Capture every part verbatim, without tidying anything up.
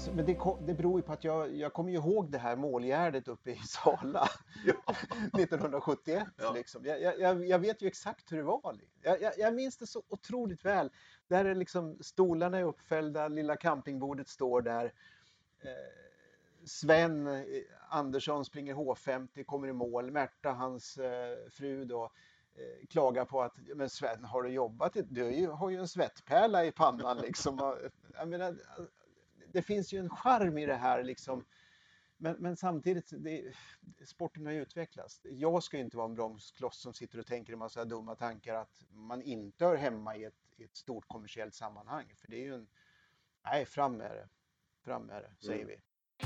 Alltså, men det, kom, det beror ju på att jag, jag kommer ju ihåg det här målgärdet uppe i Sala Ja. nittonhundrasjuttioett. Ja. Liksom. Jag, jag, jag vet ju exakt hur det var. Jag, jag, jag minns det så otroligt väl. Där är liksom stolarna är uppfällda, lilla campingbordet står där. Eh, Sven eh, Andersson springer H femtio, kommer i mål. Märta, hans eh, fru då, eh, klagar på att men Sven, har du jobbat? Du är ju, har ju en svettpärla i pannan liksom. Och, jag menar, det finns ju en charm i det här liksom. Men, men samtidigt, det, sporten har ju utvecklats. Jag ska ju inte vara en bromskloss som sitter och tänker en massa dumma tankar att man inte hör hemma i ett, i ett stort kommersiellt sammanhang. För det är ju en, nej, fram med det. Fram med det, säger Mm. vi.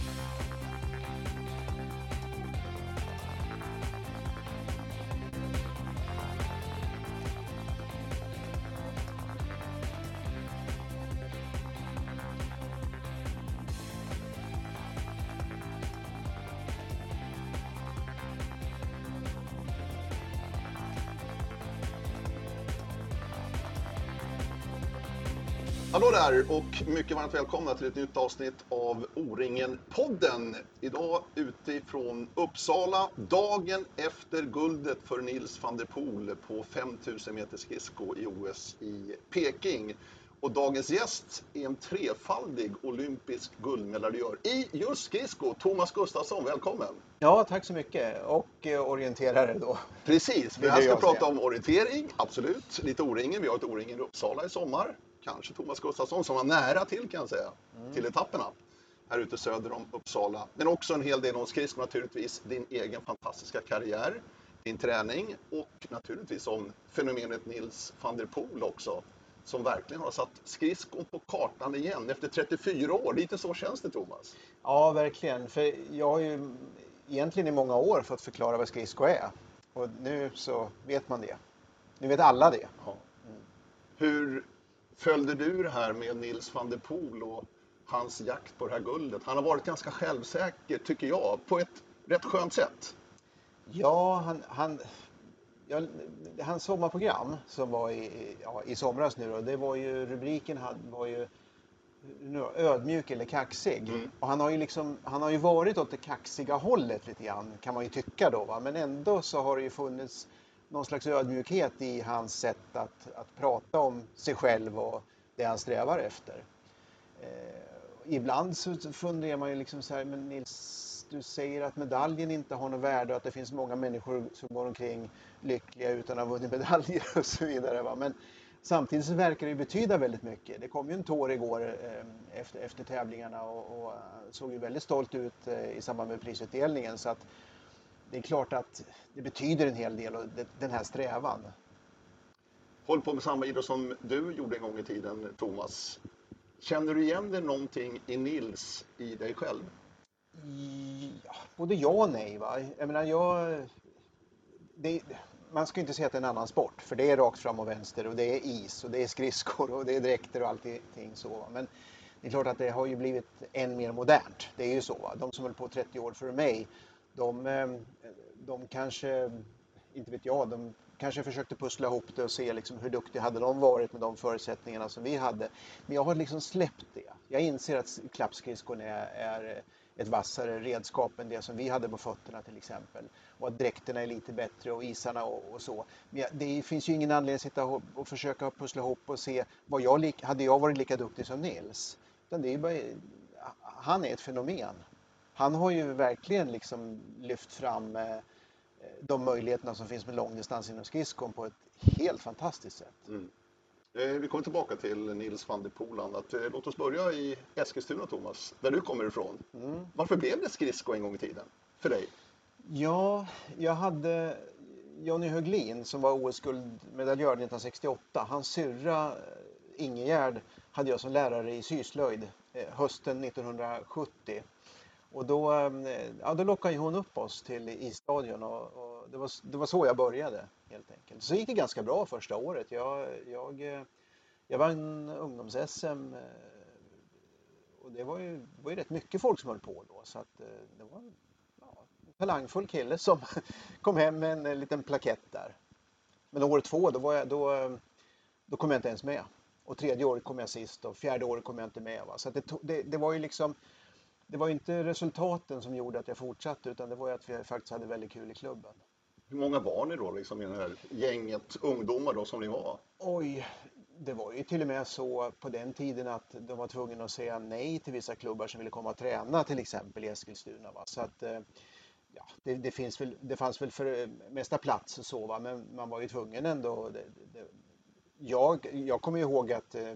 Hallå där och mycket varmt välkomna till ett nytt avsnitt av O-ringen-podden. Idag utifrån Uppsala, dagen efter guldet för Nils van der Poel på fem tusen meter skridsko i O S i Peking. Och dagens gäst är en trefaldig olympisk guldmedaljör i just skridsko, Thomas Gustafsson, välkommen! Ja, tack så mycket. Och eh, orienterare då. Precis, vi Vill här ska jag prata säga. om orientering, absolut. Lite O-ringen, vi har ett O-ringen i Uppsala i sommar. Kanske Thomas Gustafsson som var nära till kan jag säga, Mm. till etapperna här ute söder om Uppsala. Men också en hel del om skridsko naturligtvis, din egen fantastiska karriär, din träning och naturligtvis om fenomenet Nils van der Poel också. Som verkligen har satt skridskon på kartan igen efter trettiofyra år. Lite så känns det, Thomas. Ja, verkligen. För jag har ju egentligen i många år fått förklara vad skridsko är. Och nu så vet man det. Nu vet alla det. Ja. Hur följde du det här med Nils van der Poel och hans jakt på det här guldet? Han har varit ganska självsäker, tycker jag, på ett rätt skönt sätt. Ja, han, han, ja, hans sommarprogram som var i, ja, i somras nu då, det var ju, rubriken hade, var ju nu, ödmjuk eller kaxig. Mm. Och han har ju liksom, han har ju varit åt det kaxiga hållet lite grann, kan man ju tycka då, va? Men ändå så har det ju funnits någon slags ödmjukhet i hans sätt att, att prata om sig själv och det han strävar efter. Eh, ibland så funderar man ju liksom så här, men Nils, du säger att medaljen inte har något värde och att det finns många människor som går omkring lyckliga utan att ha vunnit medaljer och så vidare. Va? Men samtidigt så verkar det betyda väldigt mycket. Det kom ju en tår igår eh, efter, efter tävlingarna och, och såg ju väldigt stolt ut eh, i samband med prisutdelningen. Så att det är klart att det betyder en hel del och det, den här strävan. Håll på med samma idrott som du gjorde en gång i tiden, Thomas. Känner du igen dig någonting i Nils i dig själv? Ja, både ja och nej. Va? Jag menar, jag, det, man ska inte säga att det är en annan sport. För det är rakt fram och vänster och det är is och det är skridskor och det är dräkter och allting så. Va? Men det är klart att det har ju blivit än mer modernt. Det är ju så. Va? De som höll på trettio år före mig, de, de kanske, inte vet jag, de kanske försökte pussla ihop det och se liksom hur duktiga hade de varit med de förutsättningarna som vi hade. Men jag har liksom släppt det. Jag inser att klappskridskon är, är ett vassare redskap än det som vi hade på fötterna till exempel. Och att dräkterna är lite bättre och isarna och, och så. Men jag, det finns ju ingen anledning att sitta och, och försöka pussla ihop och se vad jag lik, hade jag varit lika duktig som Nils. Utan det är bara, han är ett fenomen. Han har ju verkligen liksom lyft fram eh, de möjligheterna som finns med långdistans inom skridskon på ett helt fantastiskt sätt. Mm. Eh, vi kommer tillbaka till Nils van der Poel. Att, eh, låt oss börja i Eskilstuna, Thomas, där du kommer ifrån. Mm. Varför blev det skridsko en gång i tiden för dig? Ja, jag hade Johnny Höglin som var O S-guldmedaljör nittonhundrasextioåtta. Hans syrra Ingegärd hade jag som lärare i syslöjd eh, hösten nittonhundrasjuttio. Och då, eh, ja, då lockade hon upp oss till isstadion och, och det, var, det var så jag började helt enkelt. Så gick det ganska bra första året. Jag, jag, eh, jag vann ungdoms-S M eh, och det var ju, var ju rätt mycket folk som höll på då. Så att, eh, det var ja, en talangfull kille som kom hem med en, en liten plakett där. Men år två då, var jag, då, då kom jag inte ens med. Och tredje året kom jag sist och fjärde året kom jag inte med. Va? Så att det, det, det var ju liksom, det var ju inte resultaten som gjorde att jag fortsatte, utan det var ju att vi faktiskt hade väldigt kul i klubben. Hur många var ni då liksom, i det här gänget ungdomar då som ni var? Oj, det var ju till och med så på den tiden att de var tvungna att säga nej till vissa klubbar som ville komma och träna, till exempel i Eskilstuna. Va? Så att, ja, det, det, finns väl, det fanns väl för mesta plats och så, va? Men man var ju tvungen ändå. Det, det, jag, jag kommer ihåg att eh,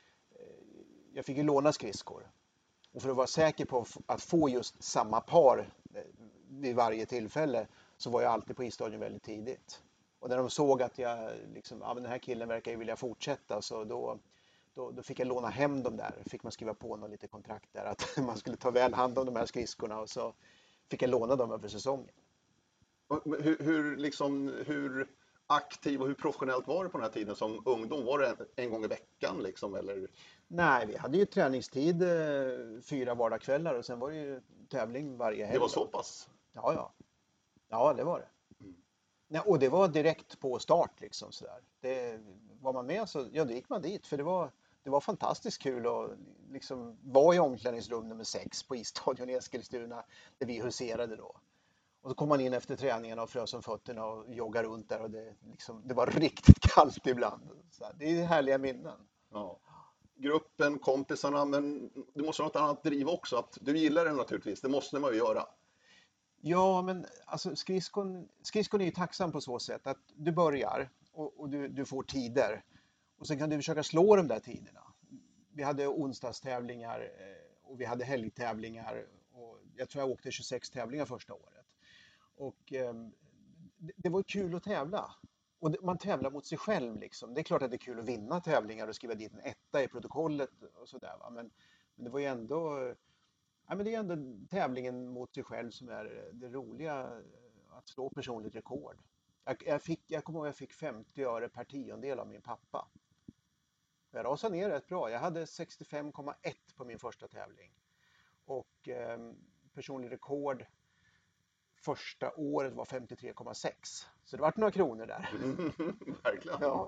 jag fick ju låna skridskor. Och för att vara säker på att få just samma par vid varje tillfälle så var jag alltid på isstadion väldigt tidigt. Och när de såg att jag, liksom, ja, den här killen verkar ju vilja fortsätta, så då, då, då fick jag låna hem dem där. Fick man skriva på något lite kontrakt där att man skulle ta väl hand om de här skridskorna, och så fick jag låna dem över säsongen. Hur, hur, liksom, hur aktiv och hur professionellt var det på den här tiden som ungdom? Var det en, en gång i veckan liksom, eller? Nej, vi hade ju träningstid eh, fyra vardagskvällar och sen var det ju tävling varje helg. Det var så pass? Ja, ja. Ja, det var det. Mm. Nej, och det var direkt på start liksom sådär. Det, var man med så, ja, då gick man dit, för det var, det var fantastiskt kul att liksom vara i omklädningsrum nummer sex på isstadion i Eskilstuna där vi huserade då. Och så kom man in efter träningarna och frös om fötterna och joggade runt där, och det, liksom, det var riktigt kallt ibland. Så det är härliga minnen. Ja. Gruppen, kompisarna, men du måste ha något annat driv också. Att du gillar det naturligtvis, det måste man ju göra. Ja, men alltså skridskon, skridskon är ju tacksam på så sätt att du börjar och, och du, du får tider. Och sen kan du försöka slå de där tiderna. Vi hade onsdagstävlingar och vi hade helgtävlingar. Och jag tror jag åkte tjugosex tävlingar första året. Och eh, det, det var kul att tävla. Och det, man tävlar mot sig själv liksom. Det är klart att det är kul att vinna tävlingar och skriva dit en etta i protokollet och sådär, va. Men, men det var ju ändå... Ja, men det är ändå tävlingen mot sig själv som är det roliga, att slå personligt rekord. Jag, jag, fick, jag kommer ihåg att jag fick femtio öre per tiondel av min pappa. Jag rasade ner rätt bra. Jag hade sextiofem komma ett på min första tävling. Och eh, personlig rekord första året var femtiotre komma sex. Så det var några kronor där. Mm, verkligen. Ja.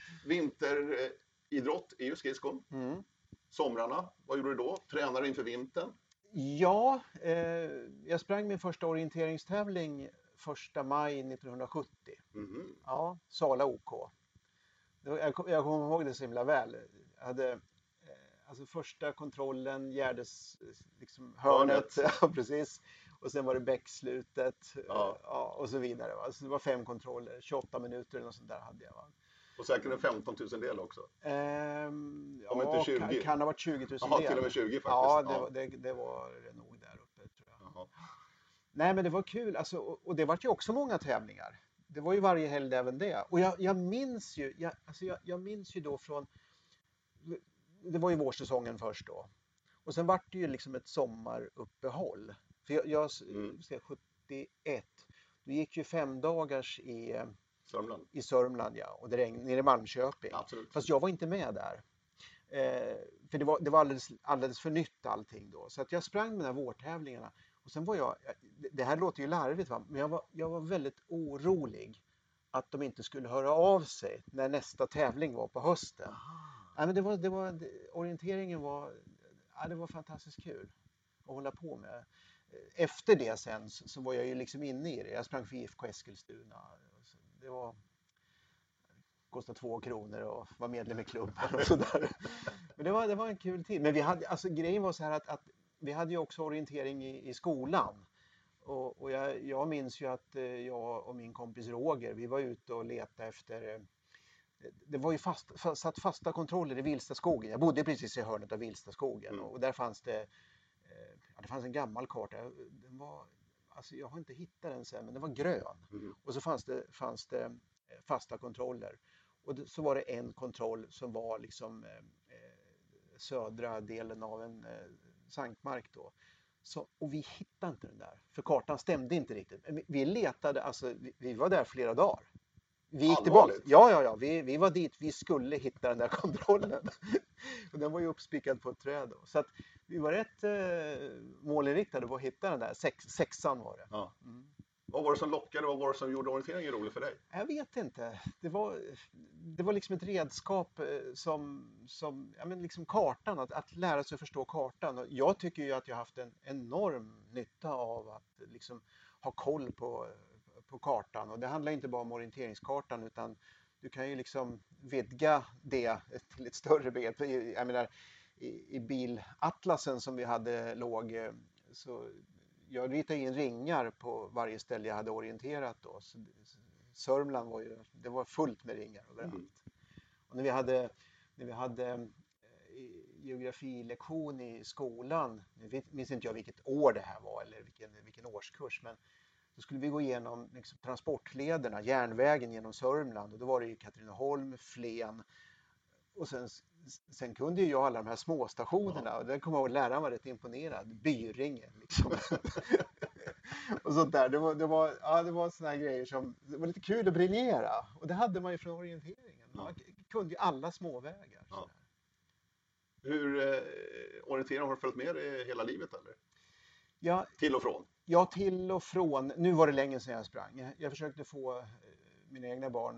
Vinteridrott är ju skridskon. Mm. Somrarna, vad gjorde du då? Tränade inför vintern? Ja, eh, jag sprang min första orienteringstävling första maj nittonhundrasjuttio. Mm. Ja, Sala O K. Jag, jag kommer ihåg det så himla väl. Jag hade eh, alltså första kontrollen, Gärdes liksom hörnet, ja, precis. Och sen var det bäckslutet, ja. Ja, och så vidare. Va? Så det var fem kontroller, tjugoåtta minuter eller något sånt där hade jag. Va? Och säkert en femton tusen del också? Ehm, Om ja, inte tjugo? Kan, kan ha varit tjugo tusen Aha, del. Till och med tjugo faktiskt. Ja, det, ja. Det, det var det nog där uppe, tror jag. Aha. Nej, men det var kul. Alltså, och, och det var ju också många tävlingar. Det var ju varje helg även det. Och jag, jag minns ju, jag, alltså jag, jag minns ju då från, det var ju vårsäsongen först då. Och sen var det ju liksom ett sommaruppehåll. För jag, jag mm. ska, sjuttioett, då gick ju fem dagars i Sörmland. I Sörmland, ja. Och det regnade nere i Malmköping. Absolut. Fast jag var inte med där. Eh, för det var, det var alldeles, alldeles för nytt allting då. Så att jag sprang med de här vårtävlingarna. Och sen var jag, det här låter ju larvigt, va? Men jag var, jag var väldigt orolig att de inte skulle höra av sig när nästa tävling var på hösten. Ja, men det var, det var, det, orienteringen var, ja, det var fantastiskt kul att hålla på med. Efter det sen så, så var jag ju liksom inne i det. Jag sprang för I F K Eskilstuna. Det var, kostade två kronor och var medlem i klubben och sådär. Men det var, det var en kul tid. Men vi hade, alltså grejen var så här att, att vi hade ju också orientering i, i skolan. Och, och jag, jag minns ju att jag och min kompis Roger, vi var ute och letade efter, det var ju fast, satt fasta kontroller i Vilstaskogen. Jag bodde precis i hörnet av Vilstaskogen. Mm. Och där fanns det, ja, det fanns en gammal karta. Den var, alltså jag har inte hittat den sen, men den var grön. Mm. Och så fanns det, fanns det fasta kontroller. Och det, så var det en kontroll som var liksom eh, södra delen av en eh, sankmark då. Så, och vi hittade inte den där, för kartan stämde inte riktigt. Vi, vi letade, alltså vi, vi var där flera dagar. Vi gick tillbaka. Ja, ja, ja. Vi, vi var dit, vi skulle hitta den där kontrollen. Och den var ju uppspikad på ett träd då. Så att vi var rätt eh, målinriktade på att hitta den där. Sex, sexan var det. Ja. Mm. Vad var det som lockade? Vad var det som gjorde orienteringen rolig för dig? Jag vet inte. Det var, det var liksom ett redskap eh, som, som ja, men liksom kartan, att, att lära sig förstå kartan. Och jag tycker ju att jag haft en enorm nytta av att liksom ha koll på, på kartan. Och det handlar inte bara om orienteringskartan, utan du kan ju liksom vidga det till ett större begrepp. Jag menar, i, i bilatlasen som vi hade låg, eh, så jag ritade in ringar på varje ställe jag hade orienterat då. Så Sörmland var ju, det var fullt med ringar överallt. Mm. Och när vi hade, när vi hade eh, geografilektion i skolan, nu vet, minns inte jag vilket år det här var eller vilken, vilken årskurs, men då skulle vi gå igenom liksom, transportlederna, järnvägen genom Sörmland, och då var det ju Katrineholm, Flen, och sen, sen kunde ju jag alla de här småstationerna, ja. Och där kommer jag ihåg att läraren var rätt imponerad. Byringen liksom. Och sånt där. Det var, det var, ja, det var såna här grejer som, det var lite kul att briljera. Och det hade man ju från orienteringen. Man ja. kunde ju alla småvägar. Ja. Hur eh, orientering har du följt med dig hela livet eller? Ja, till och från? Ja, till och från. Nu var det länge sedan jag sprang. Jag försökte få eh, mina egna barn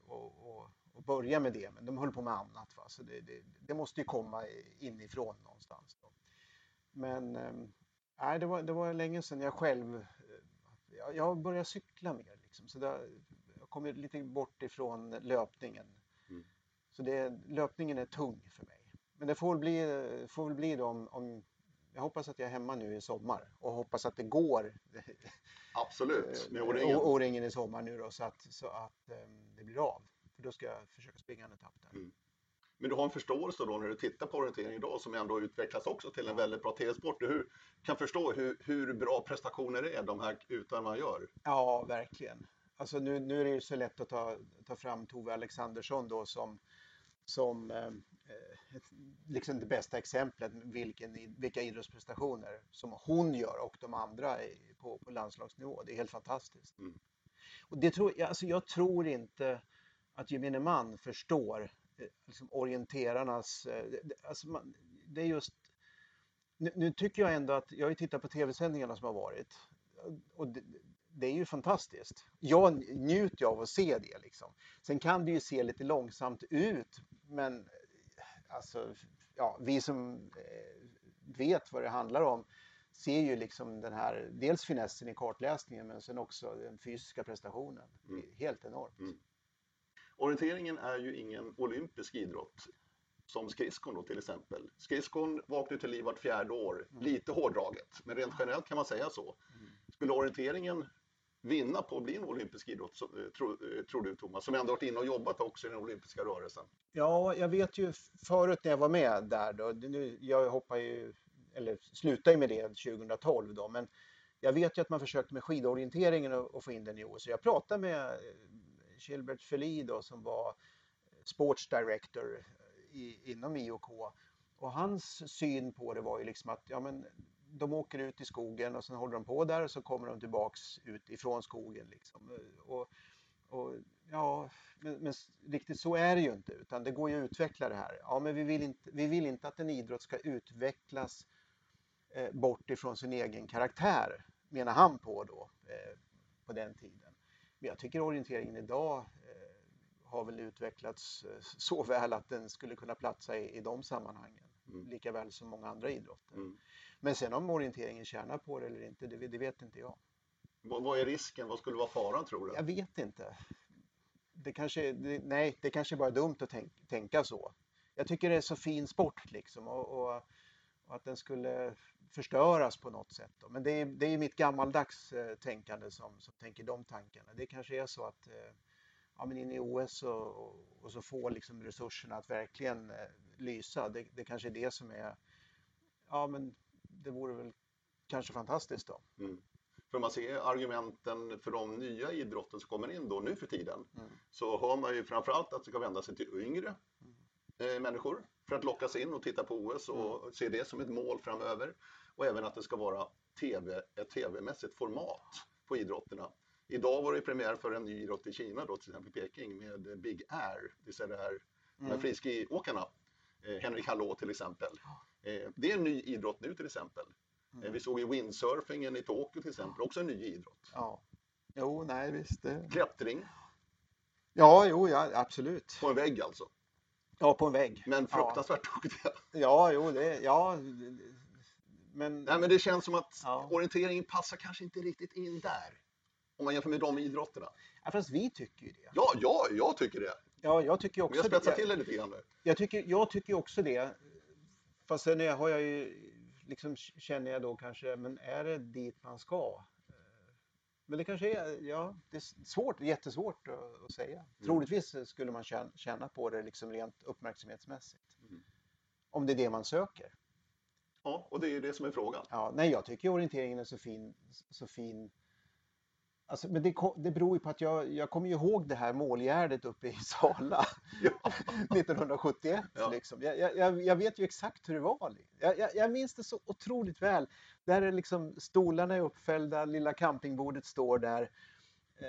att börja med det, men de höll på med annat. Va? Så det, det, det måste ju komma inifrån någonstans. Då. Men eh, det, var, det var länge sedan jag själv, eh, jag, jag började cykla mer. Liksom. Så där, jag kom lite bort ifrån löpningen. Mm. Så det, löpningen är tung för mig. Men det får bli, får väl bli då om, om jag hoppas att jag är hemma nu i sommar och hoppas att det går. Absolut, med O-ringen. O-ringen i sommar nu då, så att, så att um, det blir av. För då ska jag försöka springa en etapp där. Mm. Men du har en förståelse då när du tittar på orientering idag som ändå utvecklas också till en väldigt bra tv-sport. Du kan förstå hur, hur bra prestationer är de här utövarna gör. Ja, verkligen. Alltså nu, nu är det ju så lätt att ta, ta fram Tove Alexandersson då som som eh, liksom det bästa exemplet vilken, vilka idrottsprestationer som hon gör och de andra på, på landslagsnivå. Det är helt fantastiskt. Mm. Och det tror, alltså jag tror inte att gemene man förstår eh, liksom orienterarnas... Eh, alltså man, det är just... Nu, nu tycker jag ändå att... Jag har ju tittat på tv-sändningarna som har varit. Och det, det är ju fantastiskt. Jag njuter av att se det liksom. Sen kan det ju se lite långsamt ut, men alltså, ja, vi som vet vad det handlar om ser ju liksom den här, dels finessen i kartläsningen, men sen också den fysiska prestationen. Mm. Det är helt enormt. Mm. Orienteringen är ju ingen olympisk idrott som skridskon då till exempel. Skridskon vaknar till liv vart fjärde år, mm. lite hårdraget, men rent generellt kan man säga så. Mm. Skulle orienteringen vinna på att bli en olympisk idrott, så, tror, tror du Thomas, som ändå varit inne och jobbat också i den olympiska rörelsen? Ja, jag vet ju förut när jag var med där då, nu, jag hoppar ju, eller slutar ju med det tjugohundratolv då, men jag vet ju att man försökte med skidorienteringen och, och få in den i O S. Så jag pratade med Gilbert Feli då, som var sports director i, inom I O K, och hans syn på det var ju liksom att ja, men de åker ut i skogen och sen håller de på där och så kommer de tillbaks ut ifrån skogen liksom. Och, och ja, men, men riktigt så är det ju inte, utan det går ju att utveckla det här. Ja, men vi vill inte, vi vill inte att en idrott ska utvecklas eh, bort ifrån sin egen karaktär, menar han på då, eh, på den tiden. Men jag tycker orienteringen idag eh, har väl utvecklats eh, så väl att den skulle kunna platsa i, i de sammanhangen. Mm. Lika väl som många andra idrotter. Mm. Men sen om orienteringen tjänar på det eller inte, det, det vet inte jag. Vad, vad är risken? Vad skulle vara faran, tror du? Jag vet inte. Det kanske, det, nej, det kanske bara är dumt att tänk, tänka så. Jag tycker det är så fin sport liksom, och, och, och att den skulle förstöras på något sätt. Då. Men det är, det är mitt gammaldags eh, tänkande som, som tänker de tankarna. Det kanske är så att eh, ja, men in i O S och, och så få liksom resurserna att verkligen eh, lysa. Det, det kanske är det som är, ja men det vore väl kanske fantastiskt då. Mm. För man ser argumenten för de nya idrotten som kommer in då nu för tiden, mm. så har man ju framförallt att det ska vända sig till yngre mm. eh, människor för att lockas in och titta på O S och mm. se det som ett mål framöver. Och även att det ska vara TV, ett tv-mässigt format på idrotterna. Idag var det premiär för en ny idrott i Kina då, till exempel Peking, med Big Air, det vill säga det här, mm. de här friskiåkarna. Eh, Henrik Hallå till exempel. Eh, det är en ny idrott nu till exempel. Mm. Vi såg ju windsurfingen i Tokyo till exempel, också en ny idrott. Ja. Jo, nej visst. Det... Klättring Ja, jo, ja, absolut. på en vägg alltså. Ja, på en vägg. Men Ja, fruktansvärt duktiga. ja jo, det, ja, men, Nej, men det känns som att ja. orienteringen passar kanske inte riktigt in där. Om man jämför med de idrotterna. Ja, fast vi tycker ju det. Ja, ja, jag tycker det. Ja, jag tycker Men jag också spetsar det. till det lite grann där. Jag tycker, jag tycker också det. Fast sen är- har jag ju, liksom känner jag då kanske, men är det dit man ska? Eh, Men det kanske är, ja, det är svårt, jättesvårt att, att säga. Troligtvis skulle man tjäna, tjäna på det liksom rent uppmärksamhetsmässigt. Mm. Om det är det man söker. Ja, och det är ju det som är frågan. Ja, nej, jag tycker orienteringen är så fin. Så fin. Alltså, men det, ko- det beror ju på att jag, jag kommer ju ihåg det här målgärdet uppe i Sala Ja. nittonhundrasjuttioett. Ja. Liksom. Jag, jag- jag, jag vet ju exakt hur det var. Jag, jag, jag minns det så otroligt väl. Där är liksom stolarna är uppfällda, lilla campingbordet står där. Eh,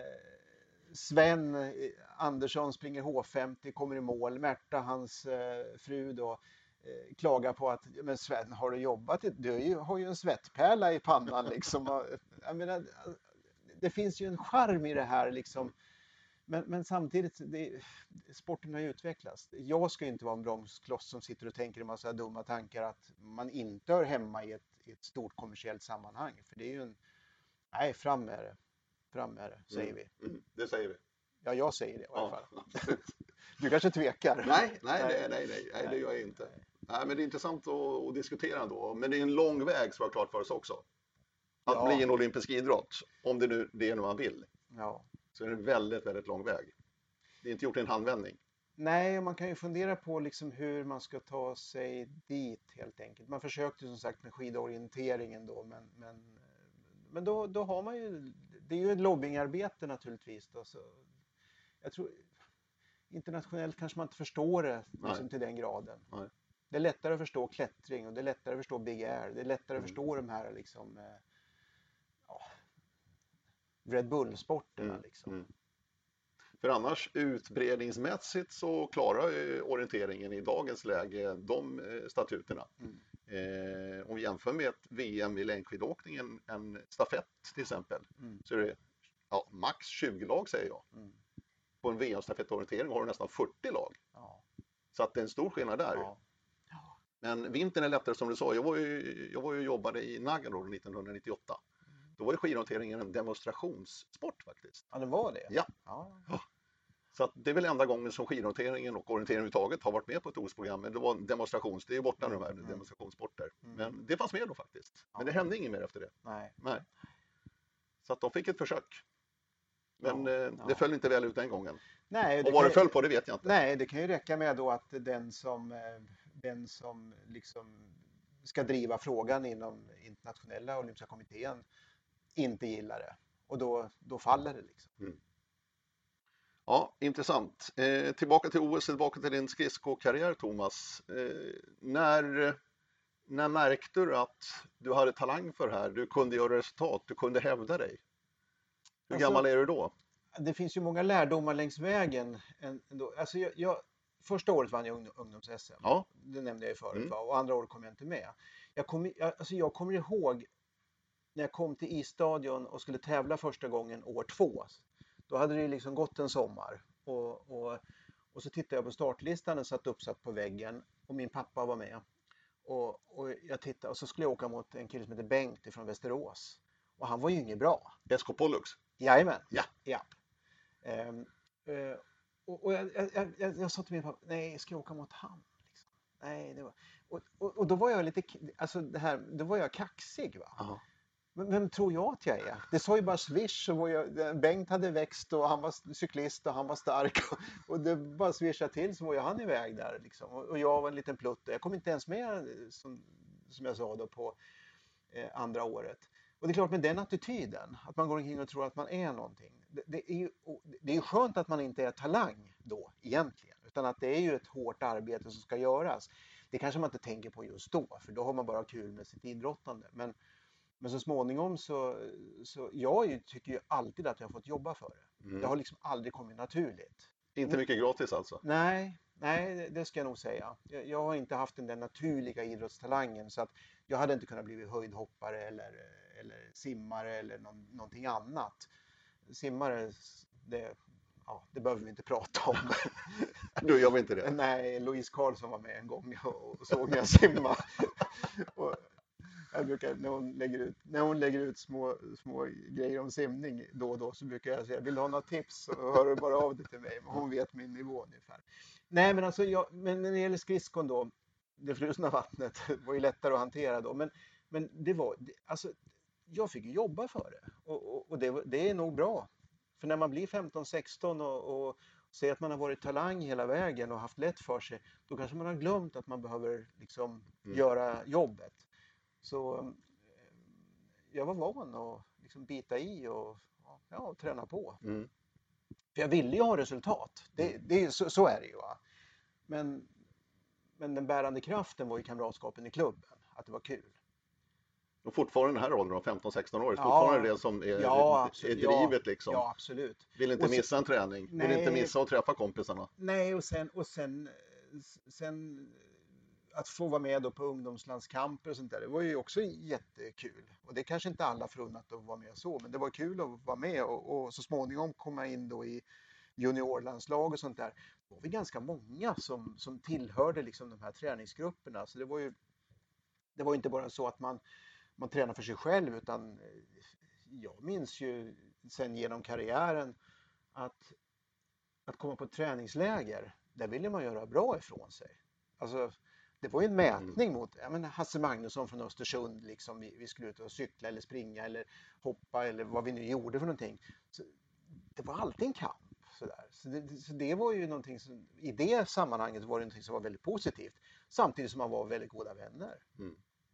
Sven eh, Andersson springer H femtio, kommer i mål. Märta, hans eh, fru då, eh, klagar på att men Sven, har du jobbat? Du har ju, har ju en svettpärla i pannan liksom. Och, jag menar, det finns ju en charm i det här liksom. Men, men samtidigt, det, sporten har ju utvecklats. Jag ska ju inte vara en bromskloss som sitter och tänker en massa dumma tankar att man inte hör hemma i ett, i ett stort kommersiellt sammanhang. För det är ju en, nej, fram med det. Fram med det, säger Mm, vi. mm, det säger vi. Ja, jag säger det i alla fall. Ja, absolut. Du kanske tvekar? Nej, nej, nej, nej, nej, nej, det gör jag inte. Nej, men det är intressant att, att diskutera ändå. Men det är en lång väg som jag har klart för oss också. Att Ja. bli en olympisk idrott, om det nu det är nu man vill, Ja. så är det en väldigt, väldigt lång väg. Det är inte gjort i en handvändning. Nej, man kan ju fundera på liksom hur man ska ta sig dit helt enkelt. Man försökte ju som sagt med skidorienteringen då, men, men, men då, då har man ju, det är ju ett lobbyingarbete naturligtvis då, så jag tror internationellt kanske man inte förstår det liksom, Nej. till den graden. Nej. Det är lättare att förstå klättring och det är lättare att förstå Big Air. Det är lättare att Mm. förstå de här liksom, eh, ja, Red Bull-sporterna Mm, liksom. mm. För annars utbredningsmässigt så klarar ju orienteringen i dagens läge de eh, statuterna. Mm. Eh, om vi jämför med ett V M i längdskidåkningen, en stafett till exempel, Mm. så är det ja, max tjugo lag säger jag. Mm. På en V M-stafettorientering har du nästan fyrtio lag. Ja. Så att det är en stor skillnad där. Ja. Men vintern är lättare som du sa. Jag var ju, jag var ju och jobbade i Nagano nittonhundranittioåtta. Då var ju skidorienteringen en demonstrationssport faktiskt. Ja, det var det. Ja. Ja. Så att det är väl enda gången som skidorienteringen och orientering överhuvudtaget har varit med på ett O S-program. Men det var en demonstrations, det är ju borta nu de här Mm. demonstrationssporter. Mm. Men det fanns med då faktiskt. Men det Ja. hände inget mer efter det. Nej. Nej. Så att de fick ett försök. Men Ja, eh, ja. det föll inte väl ut den gången. Nej, Och vad det kan, föll på det vet jag inte. nej, det kan ju räcka med då att den som, eh, den som liksom ska driva frågan inom internationella olympiska kommittén inte gillar det. Och då, då faller det liksom. Mm. Ja, intressant. Eh, tillbaka till O S, tillbaka till din skridskokarriär Thomas. Eh, när, när märkte du att du hade talang för det här? Du kunde göra resultat, du kunde hävda dig. Hur Alltså, gammal är du då? Det finns ju många lärdomar längs vägen. Ändå. Alltså jag, jag, första året vann jag ungdom, ungdoms-S M. Ja. Det nämnde jag ju förut. Mm. Va? Och andra året kom jag inte med. Jag, kom, jag, alltså jag kommer ihåg när jag kom till isstadion och skulle tävla första gången år två. Då hade det liksom gått en sommar. Och, och, och så tittade jag på startlistan, den satt uppsatt på väggen. Och min pappa var med. Och, och jag tittade och så skulle jag åka mot en kille som heter Bengt från Västerås. Och han var ju inget bra. S K Pollux? Jajamän. Ja. Ja. Ehm, eh, och och jag, jag, jag, jag sa till min pappa, nej, ska jag åka mot han? Liksom. Nej, det var... och, och, och då var jag lite, alltså det här, då var jag kaxig va. Aha. Men vem tror jag att jag är? Det sa ju bara swish och jag, Bengt hade växt och han var cyklist och han var stark och, och det bara swishade till så var ju han iväg där liksom. Och, och jag var en liten plutt och jag kom inte ens med som, som jag sa då på eh, andra året. Och det är klart med den attityden, att man går omkring och tror att man är någonting. Det, det är ju det är ju skönt att man inte är talang då egentligen, utan att det är ju ett hårt arbete som ska göras. Det kanske man inte tänker på just då, för då har man bara kul med sitt idrottande. Men, men så småningom så, så jag tycker ju alltid att jag har fått jobba för det. Mm. Det har liksom aldrig kommit naturligt. Inte mycket gratis alltså? Nej, nej, det ska jag nog säga. Jag, jag har inte haft den där naturliga idrottstalangen så att jag hade inte kunnat bli höjdhoppare eller, eller simmare eller någon, någonting annat. simmare, det, ja, det behöver vi inte prata om. Nu gör vi inte det. Nej, Louise Karlsson var med en gång och såg när jag simma. Och jag brukar, när hon lägger ut, när hon lägger ut små, små grejer om simning då och då, så brukar jag säga, vill du ha några tips så hör du bara av dig till mig. Men hon vet min nivå ungefär. Nej, men alltså, jag, men när det gäller skridskon då, det frusna vattnet var ju lättare att hantera då. Men, men det var, alltså, jag fick jobba för det. Och, och, och det, det är nog bra. För när man blir femton sexton och, och säger att man har varit talang hela vägen och haft lätt för sig, då kanske man har glömt att man behöver liksom Mm. göra jobbet. Så eh, jag var van att liksom bita i och ja, träna på. Mm. För jag ville ju ha resultat. Det, det, så, så är det ju. Va? Men, men den bärande kraften var ju kamratskapen i klubben. Att det var kul. Och fortfarande den här åldern, femton sexton år, är Ja, fortfarande det som är, ja, är absolut, drivet ja, liksom. Ja, absolut. Vill inte Och sen- missa en träning, vill Nej. inte missa att träffa kompisarna. Nej, och sen, och sen, sen att få vara med då på ungdomslandskamper och sånt där, det var ju också jättekul. Och det är kanske inte alla förunnat att vara med så, men det var kul att vara med och, och så småningom komma in då i juniorlandslag och sånt där. Då var vi ganska många som, som tillhörde liksom de här träningsgrupperna. Så det var ju det var inte bara så att man, man tränar för sig själv, utan jag minns ju sen genom karriären att att komma på ett träningsläger, där ville man göra bra ifrån sig. Alltså, det var ju en mätning mot jag menar, Hasse Magnusson från Östersund. Liksom, vi, vi skulle ut och cykla eller springa eller hoppa eller vad vi nu gjorde för någonting. Så det var alltid en kamp. Sådär. Så, det, så det var ju någonting som, i det sammanhanget var det någonting som var väldigt positivt. Samtidigt som man var väldigt goda vänner. Mm.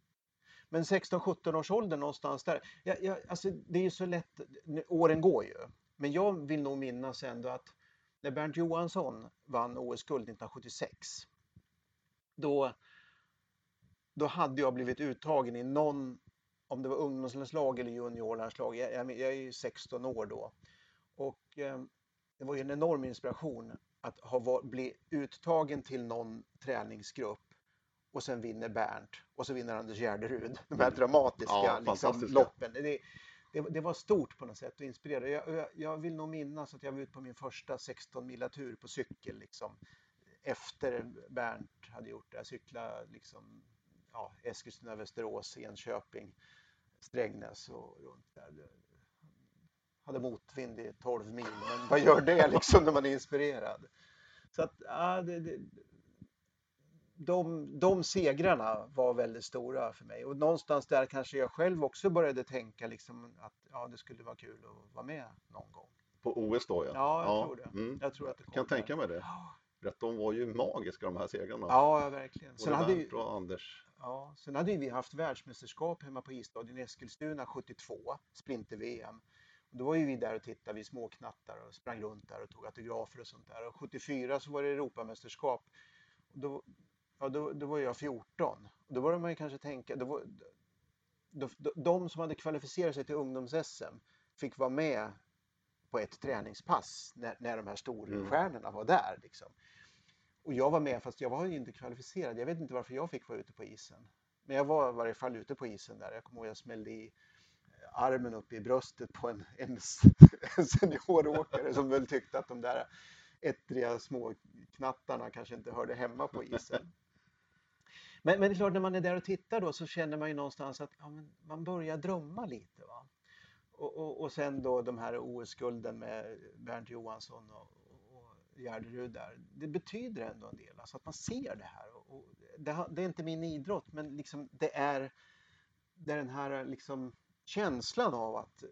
Men sexton sjutton års ålder någonstans där. Jag, jag, alltså, det är ju så lätt, åren går ju. Men jag vill nog minnas ändå att när Bernt Johansson vann O S-guld nittonhundrasjuttiosex, då, då hade jag blivit uttagen i någon, om det var ungdomslandslag eller juniorlandslag, jag, jag, jag är ju sexton år då. Och eh, det var ju en enorm inspiration att ha, bli uttagen till någon träningsgrupp och sen vinner Bernt och så vinner Anders Gärderud. De här dramatiska Ja, liksom, fantastiska. loppen. Det, det, det var stort på något sätt och inspirerande. Jag, jag, jag vill nog minnas att jag var ute på min första sexton milatur på cykel. Liksom, efter Bernt hade gjort det. Jag cyklade liksom, ja, Eskilstuna, Västerås, Enköping, Strängnäs och runt där. Hade motvind i tolv mil. Men vad gör det liksom när man är inspirerad? Så att, ja, det, det, de, de segrarna var väldigt stora för mig. Och någonstans där kanske jag själv också började tänka liksom att ja, det skulle vara kul att vara med någon gång. På O S då, ja. Ja, jag tror det. Mm. Jag tror att det Kan kommer. tänka mig det. För att de var ju magiska, de här segrarna. Ja, verkligen. Både Sen hade, Bernt och Anders. ja, sen hade vi haft världsmästerskap hemma på isstadion i Eskilstuna sjuttiotvå, sprinter-V M. Och då var ju vi där och tittade, vi småknattar och sprang runt där och tog autografer och sånt där. Och sjuttiofyra så var det Europamästerskap. Och då, ja, då, då var jag fjorton. Och då började man ju kanske tänka, då var, då, då, de som hade kvalificerat sig till ungdoms-S M fick vara med på ett träningspass när, när de här storstjärnorna var där. Liksom. Och jag var med fast jag var ju inte kvalificerad. Jag vet inte varför jag fick vara ute på isen. Men jag var i varje fall ute på isen där. Jag kommer ihåg att jag smällde i armen upp i bröstet på en, en, en senioråkare som väl tyckte att de där ettriga små knattarna kanske inte hörde hemma på isen. Men, men det är klart, när man är där och tittar då så känner man ju någonstans att ja, men man börjar drömma lite. Va? Och, och, och sen då de här O S-gulden med Bernt Johansson och, och Gärderud där. Det betyder ändå en del, alltså att man ser det här. Och, och det, det är inte min idrott, men liksom det, är, det är den här liksom känslan av att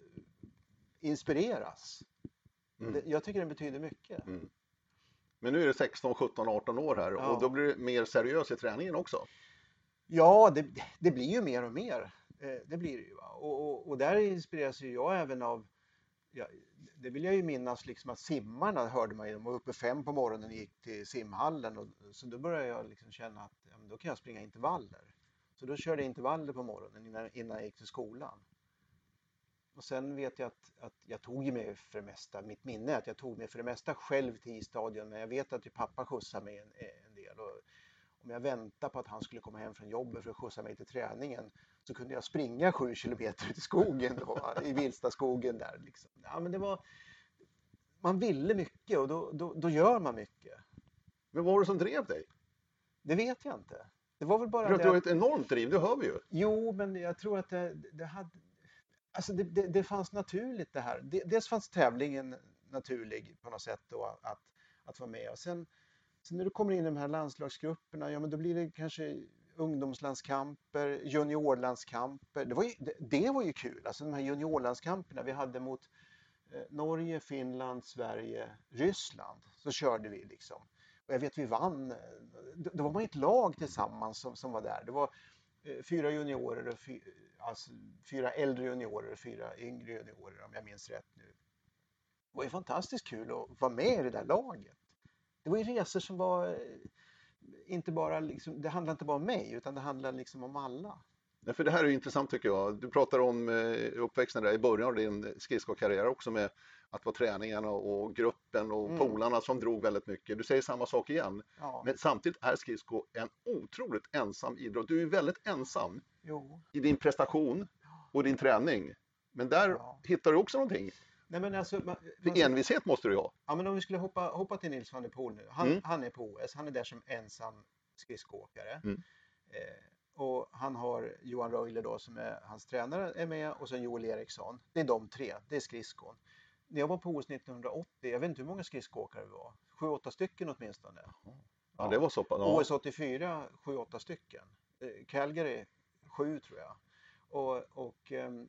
inspireras. Mm. Det, jag tycker den betyder mycket. Mm. Men nu är det sexton, sjutton, arton år här Ja. och då blir det mer seriös i träningen också. Ja, det, det blir ju mer och mer. Det blir det ju. Va? Och, och, och där inspireras ju jag även av, ja, det vill jag ju minnas liksom att simmarna hörde man ju, de var uppe fem på morgonen och gick till simhallen. Och, så då började jag liksom känna att ja, då kan jag springa intervaller. Så då körde jag intervaller på morgonen innan, innan jag gick till skolan. Och sen vet jag att, att jag tog mig för det mesta, mitt minne är att jag tog mig för det mesta själv till isstadion, men jag vet att ju pappa skjutsade mig en, en del. Och, om jag väntade på att han skulle komma hem från jobbet för att skjutsa mig till träningen, så kunde jag springa sju kilometer ut i skogen då, i Vilstaskogen där. Liksom. Ja, men det var, man ville mycket och då, då, då gör man mycket. Men vad var det som drev dig? Det vet jag inte. Det var väl bara För att det du har att, ett enormt driv, det hör vi ju. jo, men jag tror att det, det hade, alltså det, det, det fanns naturligt det här. Det, dels fanns tävlingen naturlig på något sätt då, att, att vara med. Och sen, sen när du kommer in i de här landslagsgrupperna, ja men då blir det kanske ungdomslandskamper, juniorlandskamper. Det var ju, det, det var ju kul, alltså de här juniorlandskamperna vi hade mot eh, Norge, Finland, Sverige, Ryssland. Så körde vi liksom. Och jag vet vi vann, då, då var man ett lag tillsammans som, som var där. Det var eh, fyra juniorer och fy, alltså, fyra äldre juniorer och fyra yngre juniorer om jag minns rätt nu. Det var ju fantastiskt kul att vara med i det där laget. Det var ju resor som var eh, inte bara liksom, det handlade inte bara om mig utan det handlade liksom om alla. Nej, för det här är ju intressant tycker jag. Du pratar om eh, uppväxten där i början av din skridskokarriär också med att vara träningarna och gruppen och Mm. polarna som drog väldigt mycket. Du säger samma sak igen. Ja, Men samtidigt är skridsko en otroligt ensam idrott. Du är väldigt ensam jo. i din prestation och din träning. Men där Ja. hittar du också någonting. Nej, men alltså, man, man, För envishet måste du ju ha. ja, men om vi skulle hoppa, hoppa till Nils van der Poel nu. Han, Mm. han är på O S, han är där som ensam skridskoåkare. Mm. Eh, och han har Johan Reuler då som är hans tränare är med och sen Joel Eriksson. Det är de tre, det är skridskon. När jag var på O S nittonhundraåttio, jag vet inte hur många skridskoåkare det var. Sju, åtta stycken åtminstone. Ja, det var så pass. O Ja. S åttiofyra, sju, åtta stycken. Eh, Calgary, sju tror jag. Och, och ehm,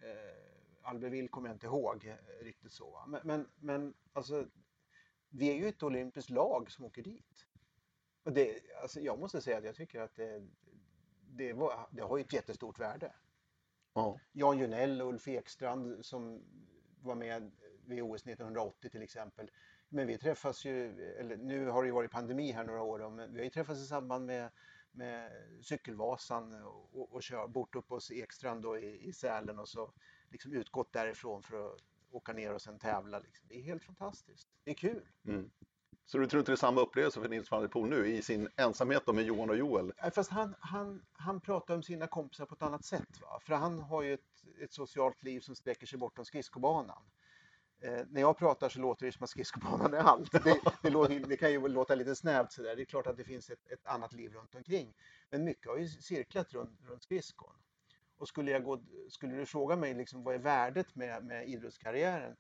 eh, Albertville kommer jag inte ihåg eh, riktigt så. Va? Men, men, men alltså, vi är ju ett olympiskt lag som åker dit. Och det, alltså, jag måste säga att jag tycker att det, det, var, det har ju ett jättestort värde. Ja. Jan Junell och Ulf Ekstrand som var med vid O S nittonhundraåttio till exempel. Men vi träffas ju, eller nu har det ju varit pandemi här några år då, men vi har ju träffats i samband med, med Cykelvasan och, och, och kör bort upp hos Ekstrand då i, i Sälen och så liksom utgått därifrån för att åka ner och sen tävla. Liksom. Det är helt fantastiskt. Det är kul. Mm. Så du tror inte det är samma upplevelse för Nils van der Poel nu i sin ensamhet då med Johan och Joel? Nej, fast han, han, han pratar om sina kompisar på ett annat sätt. Va? För han har ju ett, ett socialt liv som sträcker sig bortom skridskobanan. Eh, när jag pratar så låter det som att skridskobanan är allt. Det, det, låter, det kan ju låta lite snävt sådär. Det är klart att det finns ett, ett annat liv runt omkring. Men mycket har ju cirklat runt, runt skridskon. Och skulle, jag gå, skulle du fråga mig liksom, vad är värdet med, med idrottskarriären?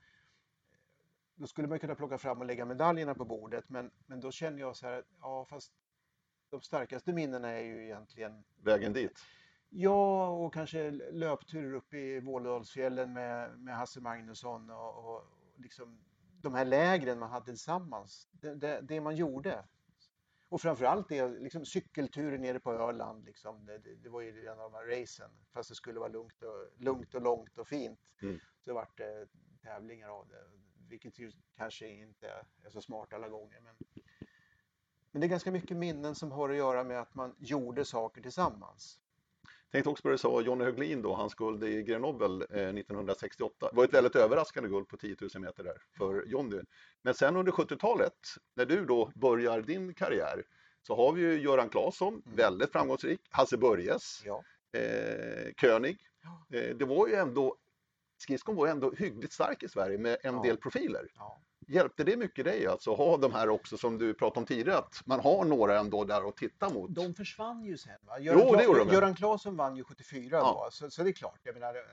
Då skulle man kunna plocka fram och lägga medaljerna på bordet. Men, men då känner jag så här, ja fast de starkaste minnena är ju egentligen Vägen dit? ja, och kanske löpturer upp i Vålådalsfjällen med, med Hasse Magnusson och, och liksom de här lägren man hade tillsammans. Det, det, det man gjorde. Och framförallt det, liksom cykelturer nere på Öland. Liksom. Det, det, det var ju en av de här racen. Fast det skulle vara lugnt och, lugnt och långt och fint. Mm. Så vart det tävlingar av det. Vilket ju kanske inte är så smart alla gånger. Men, men det är ganska mycket minnen som har att göra med att man gjorde saker tillsammans. Tänkte också på det du sa, Johnny Höglin då, hans guld i Grenoble eh, nittonhundrasextioåtta. Det var ett väldigt överraskande guld på tio tusen meter där för Johnny. Men sen under sjuttiotalet, när du då börjar din karriär, så har vi ju Göran Claesson, Mm. väldigt framgångsrik, Hasse Börjes, Ja. eh, König. Ja. Eh, det var ju ändå, skridskon var ju ändå hyggligt stark i Sverige med en Ja. del profiler. Ja. Hjälpte det mycket dig alltså, ha de här också som du pratade om tidigare, att man har några ändå där att titta mot? De försvann ju sen. Va? Jo, det Kla- gjorde de, ja. Göran Claesson vann ju sjuttiofyra Ja. då, så, så det är klart. Jag menar, eh,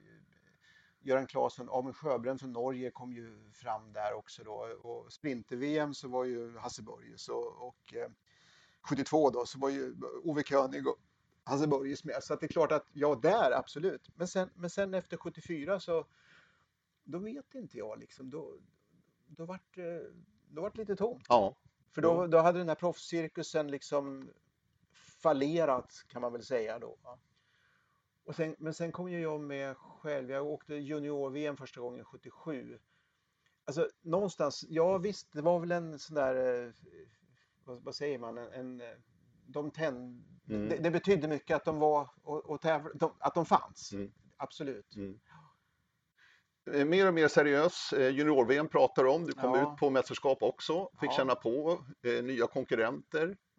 Göran Claesson, Amund Sjöbränn från Norge kom ju fram där också då. Och sprinter-V M så var ju Hasse Börjes och, och eh, sjuttiotvå då så var ju Ove König och Hasse Börjes med. Så att det är klart att ja, där absolut. Men sen, men sen efter sjuttiofyra så då vet inte jag liksom. Då, då vart eh, då vart det lite tomt. Ja. För då, då hade den här proffscirkusen liksom fallerat kan man väl säga då. Va? Och sen, men sen kom ju jag med själv. Jag åkte junior-V M första gången sjuttiosju. Alltså någonstans, ja visst det var väl en sån där, eh, vad, vad säger man, en, en eh, de tänd, Mm. det, det betydde mycket att de var och, och tävla, de, att de fanns. Mm. Absolut. Mm. Eh, Mer och mer seriös, eh, junior-V M pratar om, du kom Ja. ut på mästerskap också, fick Ja. känna på eh, nya konkurrenter.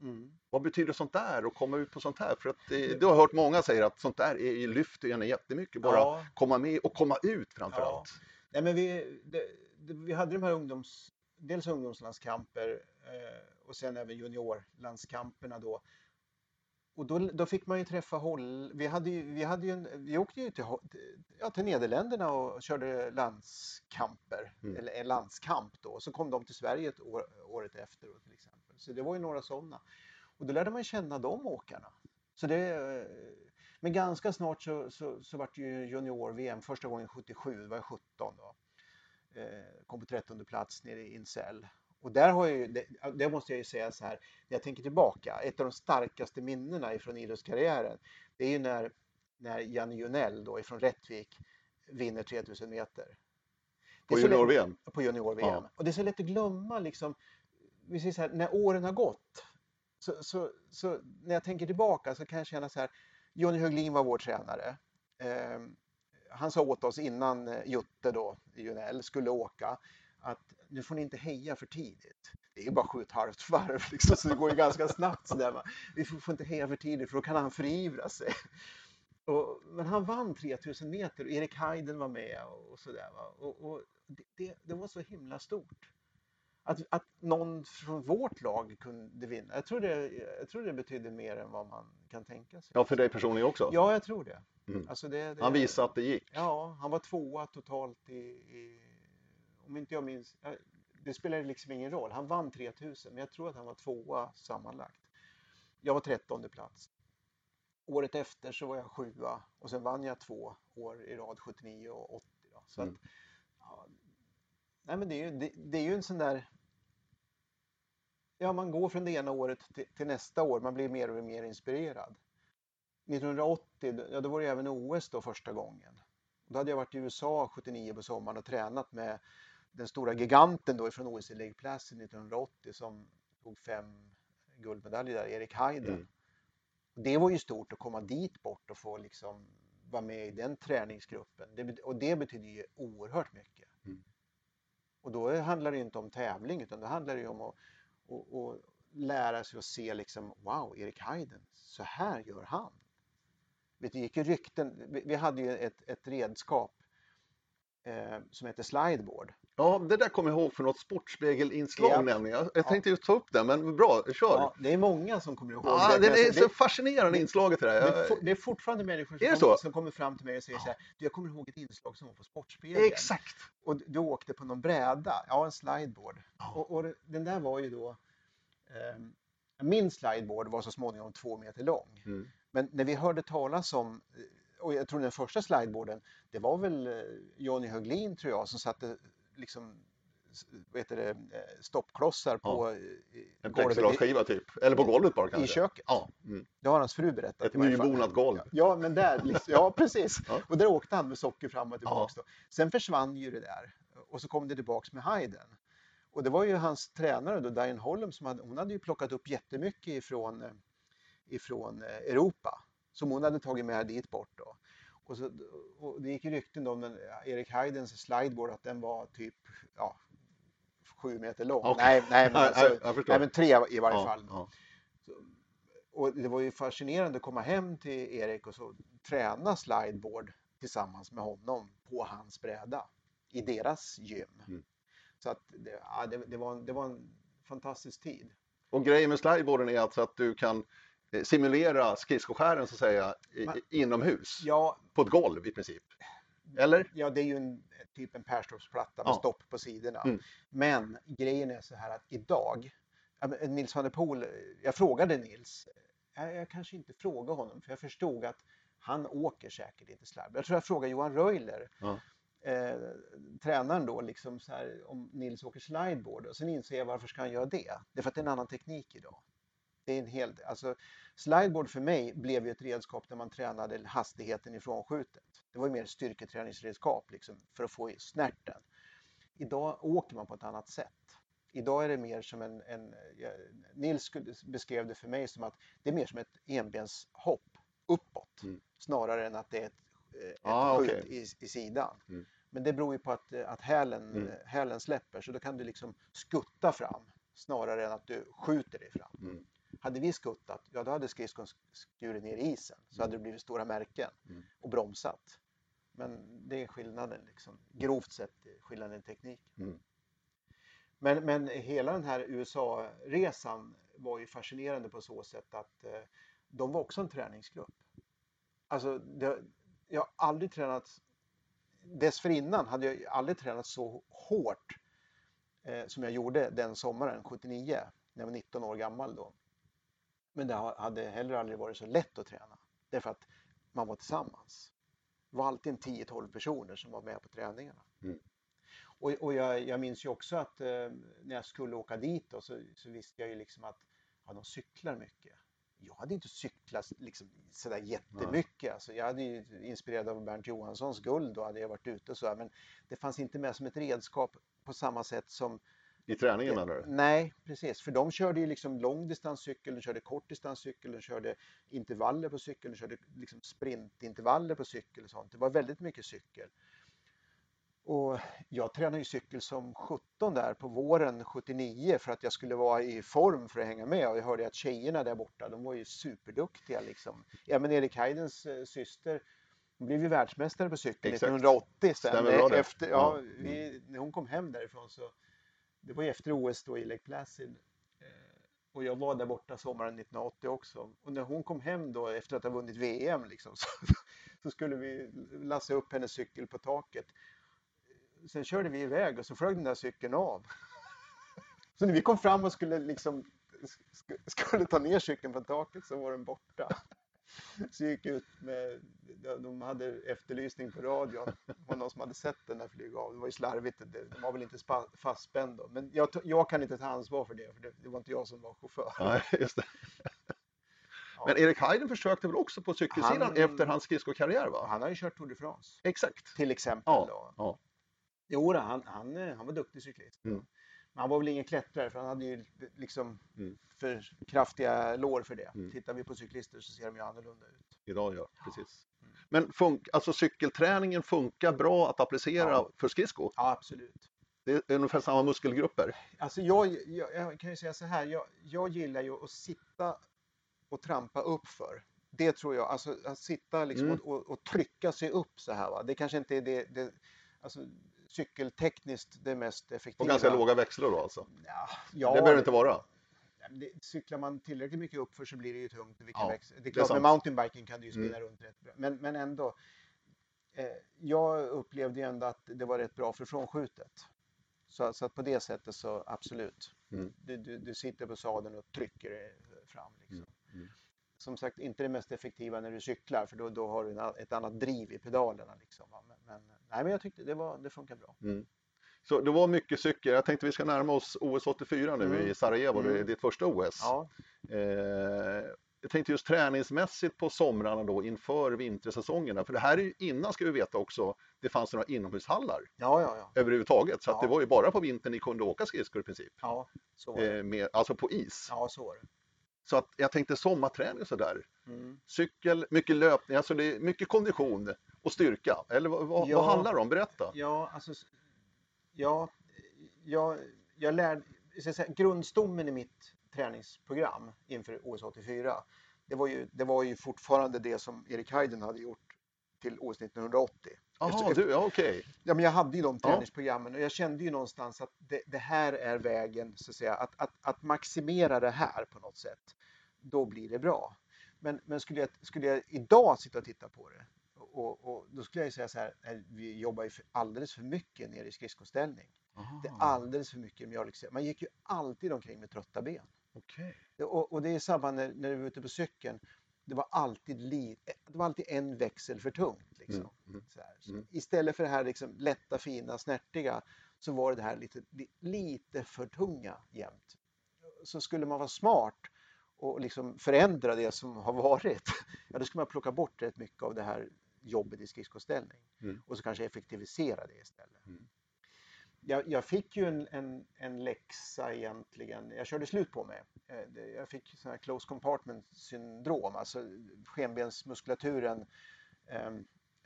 Mm. Vad betyder sånt där att komma ut på sånt här? För att det, du har hört många säga att sånt där är, lyfter gärna jättemycket. Bara Ja. komma med och komma ut framför Ja. allt. Nej, men vi, det, det, vi hade de här ungdoms, dels ungdomslandskamper eh, och sen även juniorlandskamperna då. Och då, då fick man ju träffa håll. Vi, hade ju, vi, hade ju en, vi åkte ju till, ja, till Nederländerna och körde landskamper. Mm. Eller en landskamp då. Så kom de till Sverige ett år, året efter då, till exempel. Så det var ju några sådana. Och då lärde man känna de åkarna. Så det, men ganska snart så, så, så var det ju junior-V M första gången sjuttiosju, det var jag sjutton då. Eh, kom på trettonde plats nere i Insel. Och där har jag ju, det, det måste jag ju säga så här, när jag tänker tillbaka, ett av de starkaste minnena ifrån idrottskarriären, det är ju när, när Janne Junell då ifrån Rättvik vinner tre tusen meter. På junior-V M? På junior-V M. Ja. Och det är så lätt att glömma liksom, vi säger så här, när åren har gått, så, så, så när jag tänker tillbaka så kan jag känna så här, Johnny Höglin var vår tränare. Eh, han sa åt oss innan Jutte då, Junell, skulle åka att nu får ni inte heja för tidigt. Det är ju bara sju och ett halvt varv liksom, så det går ju ganska snabbt så där, va? Vi får, får inte heja för tidigt för då kan han förivra sig. Och, men han vann tre tusen meter och Erik Heiden var med och, och sådär. Och, och det, det, det var så himla stort. Att, att någon från vårt lag kunde vinna. Jag tror, det, jag tror det betydde mer än vad man kan tänka sig. Ja, för dig personligen också? Ja, jag tror det. Mm. Alltså det, det han visade att det gick? Ja, han var tvåa totalt i... i om inte jag minns... Det spelar liksom ingen roll. Han vann tre tusen, men jag tror att han var tvåa sammanlagt. Jag var trettonde plats. Året efter så var jag sjua och sen vann jag två år i rad, sjuttionio och åttio. Då. Så Mm. att, ja, nej men det är, ju, det, det är ju en sån där... Ja, man går från det ena året till, till nästa år. Man blir mer och mer inspirerad. nittonhundraåttio, ja, då var det även O S då första gången. Då hade jag varit i U S A sjuttionio på sommaren och tränat med den stora giganten då från O S C Lake Placid nittonhundraåttio som tog fem guldmedaljer där, Erik Heiden. Mm. Det var ju stort att komma dit bort och få liksom vara med i den träningsgruppen. Det, och det betyder ju oerhört mycket. Mm. Och då handlar det ju inte om tävling utan det handlar ju om att och, och lära sig att se liksom, wow, Erik Heiden, så här gör han. Vet du, gick ju rykten, vi, vi hade ju ett, ett redskap eh, som heter slideboard. Ja, det där kommer jag ihåg för något sportspegelinslag Ja. nämligen. Jag, jag tänkte just ta upp det, men bra, kör. Ja, det är många som kommer ihåg Ja, det. det är Alltså, så fascinerande det, inslaget det där. det, är Jag, for, det är fortfarande människor som, Är det kommer, så? som kommer fram till mig och säger så här, du, jag kommer ihåg ett inslag som var på Sportspegeln. exakt. Och du åkte på någon bräda, ja en slideboard. Ja. Och, och den där var ju då, eh, min slideboard var så småningom två meter lång. Mm. Men när vi hörde talas om, och jag tror den första slideboarden, det var väl Johnny Höglin tror jag som satte liksom, vad heter det, stoppklossar på Ja. i, En golvet plexiglasskiva typ. Eller på golvet bara i, kanske. i köket. Ja. Mm. Det har hans fru berättat. Ett i varje fall. nybonat golv. Ja, men där, liksom, ja precis. Ja. Och där åkte han med socker fram och tillbaka. Ja. Då. Sen försvann ju det där. Och så kom det tillbaks med Heiden. Och det var ju hans tränare då, Diane Holm, som hade, hon hade ju plockat upp jättemycket ifrån, ifrån Europa. Som hon hade tagit med dit bort då. Och, så, och det gick ju rykten om den, Erik Heidens slideboard att den var typ ja, sju meter lång. Okay. Nej, nej, men, alltså, jag, jag nej, men tre i varje ja, fall. Ja. Så, och det var ju fascinerande att komma hem till Erik och så träna slideboard tillsammans med honom på hans bräda i deras gym. Mm. Så att det, ja, det, det, var en, det var en fantastisk tid. Och grejen med slideboarden är alltså att du kan simulera skridskoskären så att säga i, Men, inomhus. Ja, på ett golv i princip. Eller? Ja, det är ju en typ en Perstorpsplatta med Ja. stopp på sidorna. Mm. Men grejen är så här att idag, Nils van der Poel, jag frågade Nils, jag, jag kanske inte frågade honom för jag förstod att han åker säkert inte slideboard. Jag tror jag frågade Johan Reuler, Ja. eh, tränaren då, liksom så här, om Nils åker slideboard. Och sen inser jag varför ska han göra det? Det är för att det är en annan teknik idag. Det är en helt, alltså, slideboard för mig blev ju ett redskap där man tränade hastigheten ifrån skjutet. Det var ju mer styrketräningsredskap liksom, för att få i snärten. Idag åker man på ett annat sätt. Idag är det mer som en, en ja, Nils beskrev det för mig som att det är mer som ett enbenshopp uppåt. Mm. Snarare än att det är ett, ett Ah, skjut okay. i, i sidan. Mm. Men det beror ju på att, att hälen, Mm. hälen släpper, så då kan du liksom skutta fram snarare än att du skjuter dig fram. Mm. Hade vi skuttat, ja då hade skridskon skurit ner i isen. Så hade det blivit stora märken Mm. och bromsat. Men det är skillnaden liksom. Grovt sett skillnaden i teknik. Mm. Men, men hela den här U S A-resan var ju fascinerande på så sätt att eh, de var också en träningsgrupp. Alltså, det, jag har aldrig tränat, dessförinnan hade jag aldrig tränat så hårt eh, som jag gjorde den sommaren sjuttionio, när jag var nitton år gammal då. Men det hade heller aldrig varit så lätt att träna, därför att man var tillsammans. Det var alltid en tio tolv personer som var med på träningarna. Mm. Och, och jag, jag minns ju också att eh, när jag skulle åka dit då, så, så visste jag ju liksom att ja, de cyklar mycket. Jag hade inte cyklat liksom sådär jättemycket. Alltså, jag hade ju inspirerad av Bernt Johanssons guld och hade jag varit ute och så här, men det fanns inte med som ett redskap på samma sätt som I träningen eller? Nej, precis. För de körde ju liksom långdistanscykel, de körde kortdistanscykel, de körde intervaller på cykel, de körde liksom sprintintervaller på cykel och sånt. Det var väldigt mycket cykel. Och jag tränade ju cykel som sjutton där på våren sjuttionio för att jag skulle vara i form för att hänga med. Och jag hörde att tjejerna där borta, de var ju superduktiga liksom. Ja, men Erik Haydens eh, syster, hon blev ju världsmästare på cykel Exakt. nittonhundraåttio sen. Stämmer bra det. Efter, ja, Ja. vi, när hon kom hem därifrån så, det var ju efter O S då i Lake Placid. Eh, och jag var där borta sommaren nittonhundraåttio också. Och när hon kom hem då efter att ha vunnit V M liksom, så, så skulle vi lassa upp hennes cykel på taket. Sen körde vi iväg och så flög den där cykeln av. Så när vi kom fram och skulle liksom sk- skulle ta ner cykeln på taket så var den borta. Så gick ut med, de hade efterlysning på radion. Det var någon som hade sett den där flyga av. Det var ju slarvigt, de var väl inte spa- fastspänd då. Men jag, jag kan inte ta ansvar för det, för det, det var inte jag som var chaufför. Nej, just det. Ja. Men Erik Hayden försökte väl också på cykelsidan Han- efter hans skridskokarriär va? Han har ju kört Tour de France, Exakt. till exempel. Ja, Då. ja. Jo, då, han, han, han var duktig cyklist. Mm. Men han var väl ingen klättrare, för han hade ju liksom Mm. för kraftiga lår för det. Mm. Tittar vi på cyklister så ser de ju annorlunda ut. Idag ja, precis. Mm. Men fun- alltså cykelträningen funkar bra att applicera Ja. för skridsko? Ja, absolut. Det är ungefär samma muskelgrupper. Alltså jag, jag, jag kan ju säga så här, jag, jag gillar ju att sitta och trampa upp för. Det tror jag, alltså att sitta liksom Mm. och, och, och trycka sig upp så här va. Det kanske inte är det, det alltså cykeltekniskt det mest effektiva. Och ganska låga växlar då alltså? Ja, Det ja, behöver det inte vara. det, cyklar man tillräckligt mycket upp för så blir det ju tungt. Vilken Ja, växel. Det är det är klart, sant. med mountainbiken kan du ju spinna Mm. runt rätt bra. Men, men ändå, eh, jag upplevde ju ändå att det var rätt bra för frånskjutet. Så, så att på det sättet så absolut. Mm. Du, du, du sitter på sadeln och trycker det fram. Liksom. Mm. Mm. Som sagt, inte det mest effektiva när du cyklar, för då, då har du en, ett annat driv i pedalerna. Liksom. Men, men, nej, men jag tyckte det, var, det funkar bra. Mm. Så det var mycket cykel. Jag tänkte vi ska närma oss O S åttiofyra nu Mm. i Sarajevo, Mm. det är ditt första O S. Ja, Eh, jag tänkte just träningsmässigt på somrarna då inför vintersäsongerna. För det här är ju innan, ska vi veta också, det fanns några inomhushallar ja, ja. Ja, överhuvudtaget. Så att Ja. det var ju bara på vintern ni kunde åka skridskor i princip. ja så var det. Eh, med, alltså på is. Ja, så var det. Så att jag tänkte sommarträning och sådär. Mm. Cykel, mycket löpning, alltså det är mycket kondition och styrka. Eller vad, vad, Ja. vad handlar det om? Berätta. Ja, alltså, ja, jag, jag lärde, så att säga, grundstommen i mitt träningsprogram inför O S åttiofyra, det var ju, det var ju fortfarande det som Erik Hayden hade gjort till O S nittonhundraåttio. Jaha, Efter- du, ja okej. Ja, men jag hade ju de Ja. träningsprogrammen och jag kände ju någonstans att det, det här är vägen, så att säga, att, att, att maximera det här på något sätt. Då blir det bra. Men, men skulle, jag, skulle jag idag sitta och titta på det, och, och då skulle jag ju säga så här, nej, vi jobbar ju för, alldeles för mycket nere i skridskoställning. Det är alldeles för mycket mjölksyra. Man gick ju alltid omkring med trötta ben. Okej. Det- Och, och det är samma när, när du var ute på cykeln. Det var alltid, li, det var alltid en växel för tungt. Liksom. Mm, mm, Så här. Så mm. istället för det här liksom lätta, fina, snärtiga, så var det här lite, li, lite för tunga jämt. Så skulle man vara smart och liksom förändra det som har varit, ja, då skulle man plocka bort rätt mycket av det här jobbet i skridskoställning. Mm. Och så kanske effektivisera det istället. Mm. Jag, jag fick ju en, en, en läxa egentligen. Jag körde slut på mig. Eh, det- Jag fick sån här close compartment syndrom, alltså skenbensmuskulaturen. ehm,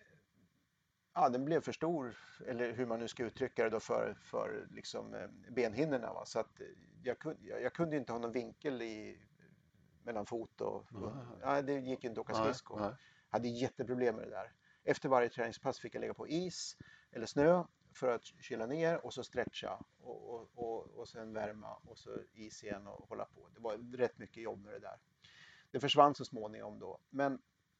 Ja, den blev för stor, eller hur man nu ska uttrycka det då, för, för liksom, eh, benhinnorna. Va? Så att eh, jag, kunde, jag, jag kunde inte ha någon vinkel i mellan fot och... Nej. Ja, det gick ju inte att åka skridskor. Nej, nej. Hade jätteproblem med det där. Efter varje träningspass fick jag lägga på is eller snö för att kyla ner och så stretcha och, och, och, och sen värma och så is igen och hålla på. Det var rätt mycket jobb med det där. Det försvann så småningom då, men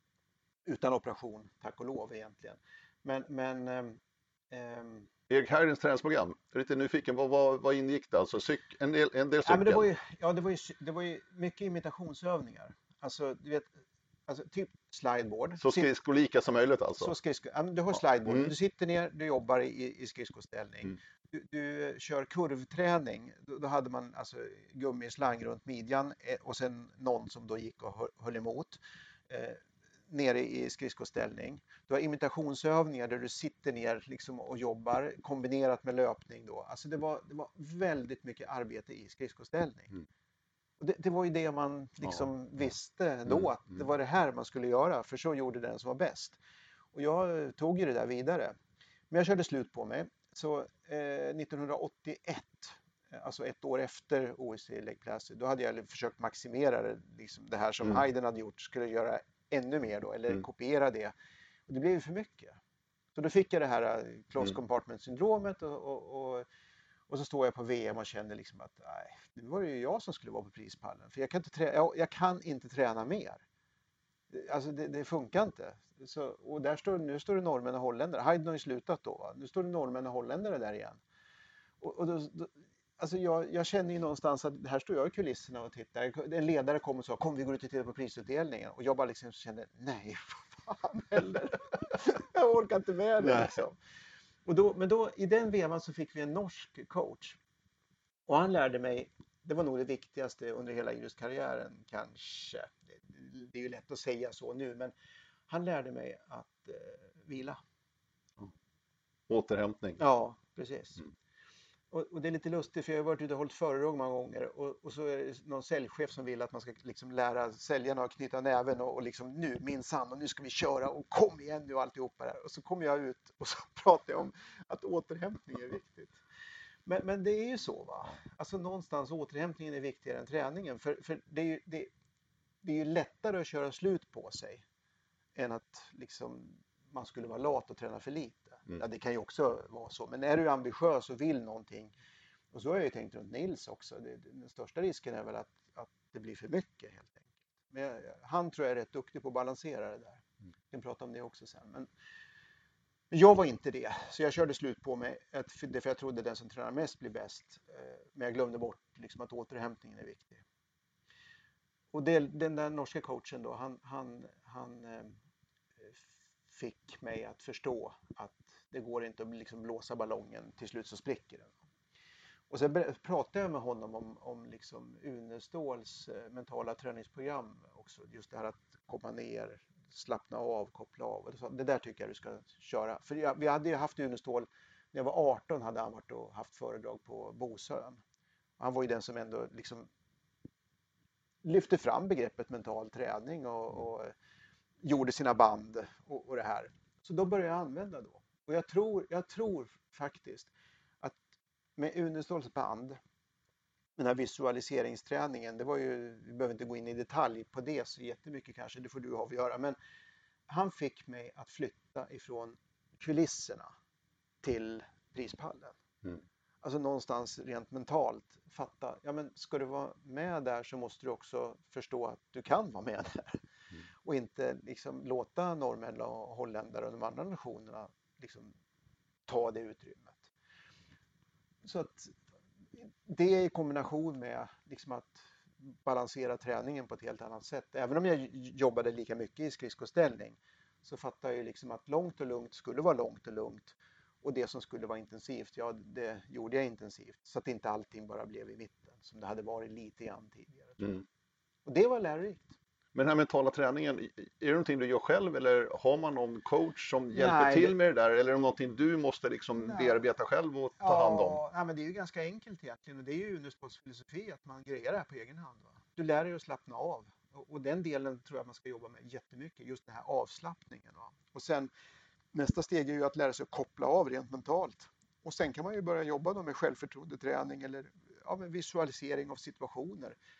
utan operation, tack och lov egentligen. Men, men ehm, ehm, Erik Härdens träningsprogram, jag är lite nyfiken, vad, vad, vad ingick det? Alltså cyk, en, del, en del ja, cykel? men det var ju, ja, det var ju, det var ju mycket imitationsövningar. Alltså, du vet, alltså typ slideboard. Så skridskor lika som möjligt alltså? Så skridskor. Ja, men du har Ja. slideboard. Mm. Du sitter ner, du jobbar i, i skridskoställning. Mm. Du, du kör kurvträning. Då, då hade man alltså gummislang runt midjan eh, och sen någon som då gick och hö- höll emot. Eh, nere i skridskoställning. Du har imitationsövningar där du sitter ner liksom och jobbar kombinerat med löpning då. Alltså det var, det var väldigt mycket arbete i skridskoställning. Mm. Och det, det var ju det man liksom Ja. visste då, Mm, att det mm. var det här man skulle göra, för så gjorde den som var bäst. Och jag tog ju det där vidare. Men jag körde slut på mig. Så eh, nittonhundraåttioett, eh, alltså ett år efter O S C Leg Placid, då hade jag försökt maximera det, liksom det här som Mm. Hayden hade gjort, skulle göra ännu mer då, eller Mm. kopiera det. Och det blev ju för mycket. Så då fick jag det här eh, close Mm. compartment syndromet och, och, och och så står jag på V M och känner liksom att nej, nu var det ju jag som skulle vara på prispallen. För jag kan inte, trä- jag, jag kan inte träna mer. Alltså det, det funkar inte. Så, och där står, nu står det norrmän och holländare. Hayden har ju slutat då. Va? Nu står det norrmän och holländare där igen. Och, och då, då, alltså jag, jag känner ju någonstans att här står jag i kulisserna och tittar. En ledare kom och sa, kom vi går ut och tittar på prisutdelningen. Och jag bara liksom kände, nej, fan heller. Jag orkar inte med det liksom. Och då, men då i den vevan så fick vi en norsk coach. Och han lärde mig, det var nog det viktigaste under hela idrottskarriären kanske. Det, det är ju lätt att säga så nu, men han lärde mig att eh, vila. Återhämtning. Ja, precis. Mm. Och, och det är lite lustigt, för jag har varit ute och hållit föredrag många gånger och, och så är det någon säljchef som vill att man ska liksom lära säljarna att knyta näven och, och liksom nu minsann och nu ska vi köra och kom igen nu och alltihopa där. Och så kommer jag ut och så pratar jag om att återhämtning är viktigt. Men, men det är ju så va, alltså någonstans återhämtningen är viktigare än träningen, för, för det, är ju, det, det är ju lättare att köra slut på sig än att liksom man skulle vara lat och träna för lite. Mm. Ja, det kan ju också vara så, men är du ambitiös och vill någonting, och så har jag ju tänkt runt Nils också, det, den största risken är väl att, att det blir för mycket helt enkelt. Men jag, han tror jag är rätt duktig på att balansera det där. Mm. Vi kan prata om det också sen. Men jag var inte det, så jag körde slut på mig, för jag trodde den som tränar mest blir bäst. Men jag glömde bort liksom att återhämtningen är viktig. Och det, den där norska coachen då, han, han, han eh, fick mig att förstå att det går inte att liksom blåsa ballongen, till slut så spricker den. Och sen pratade jag med honom om, om liksom Uneståls eh, mentala träningsprogram också, just det här att komma ner, slappna av, koppla av. Och det, det där tycker jag du ska köra. För jag, vi hade ju haft Unestål, när jag var arton hade han varit och haft föredrag på Bosön. Han var ju den som ändå liksom lyfte fram begreppet mental träning och, och gjorde sina band och, och det här. Så då började jag använda då. Och jag tror, jag tror faktiskt att med Uneståls band, den här visualiseringsträningen, det var ju, vi behöver inte gå in i detalj på det så jättemycket kanske, det får du avgöra, men han fick mig att flytta ifrån kulisserna till prispallen. Mm. Alltså någonstans rent mentalt fatta, ja men ska du vara med där så måste du också förstå att du kan vara med där. Mm. Och inte liksom låta norrmän och holländare och de andra nationerna liksom ta det utrymmet. Så att det i kombination med liksom att balansera träningen på ett helt annat sätt. Även om jag jobbade lika mycket i skridskoställning så fattar jag ju liksom att långt och lugnt skulle vara långt och lugnt. Och det som skulle vara intensivt, ja det gjorde jag intensivt. Så att inte allting bara blev i mitten som det hade varit lite grann tidigare. Mm. Och det var lärorikt. Men den här mentala träningen, är det någonting du gör själv eller har man någon coach som hjälper nej, till det... med det där? Eller är det någonting du måste liksom bearbeta själv och ta ja, hand om? Ja, men det är ju ganska enkelt egentligen och det är ju Uneståls filosofi att man grejer det här på egen hand. Va? Du lär dig att slappna av och, och den delen tror jag man ska jobba med jättemycket, just den här avslappningen. Va? Och sen nästa steg är ju att lära sig att koppla av rent mentalt. Och sen kan man ju börja jobba då med självförtroendeträning eller ja, med visualisering av situationer.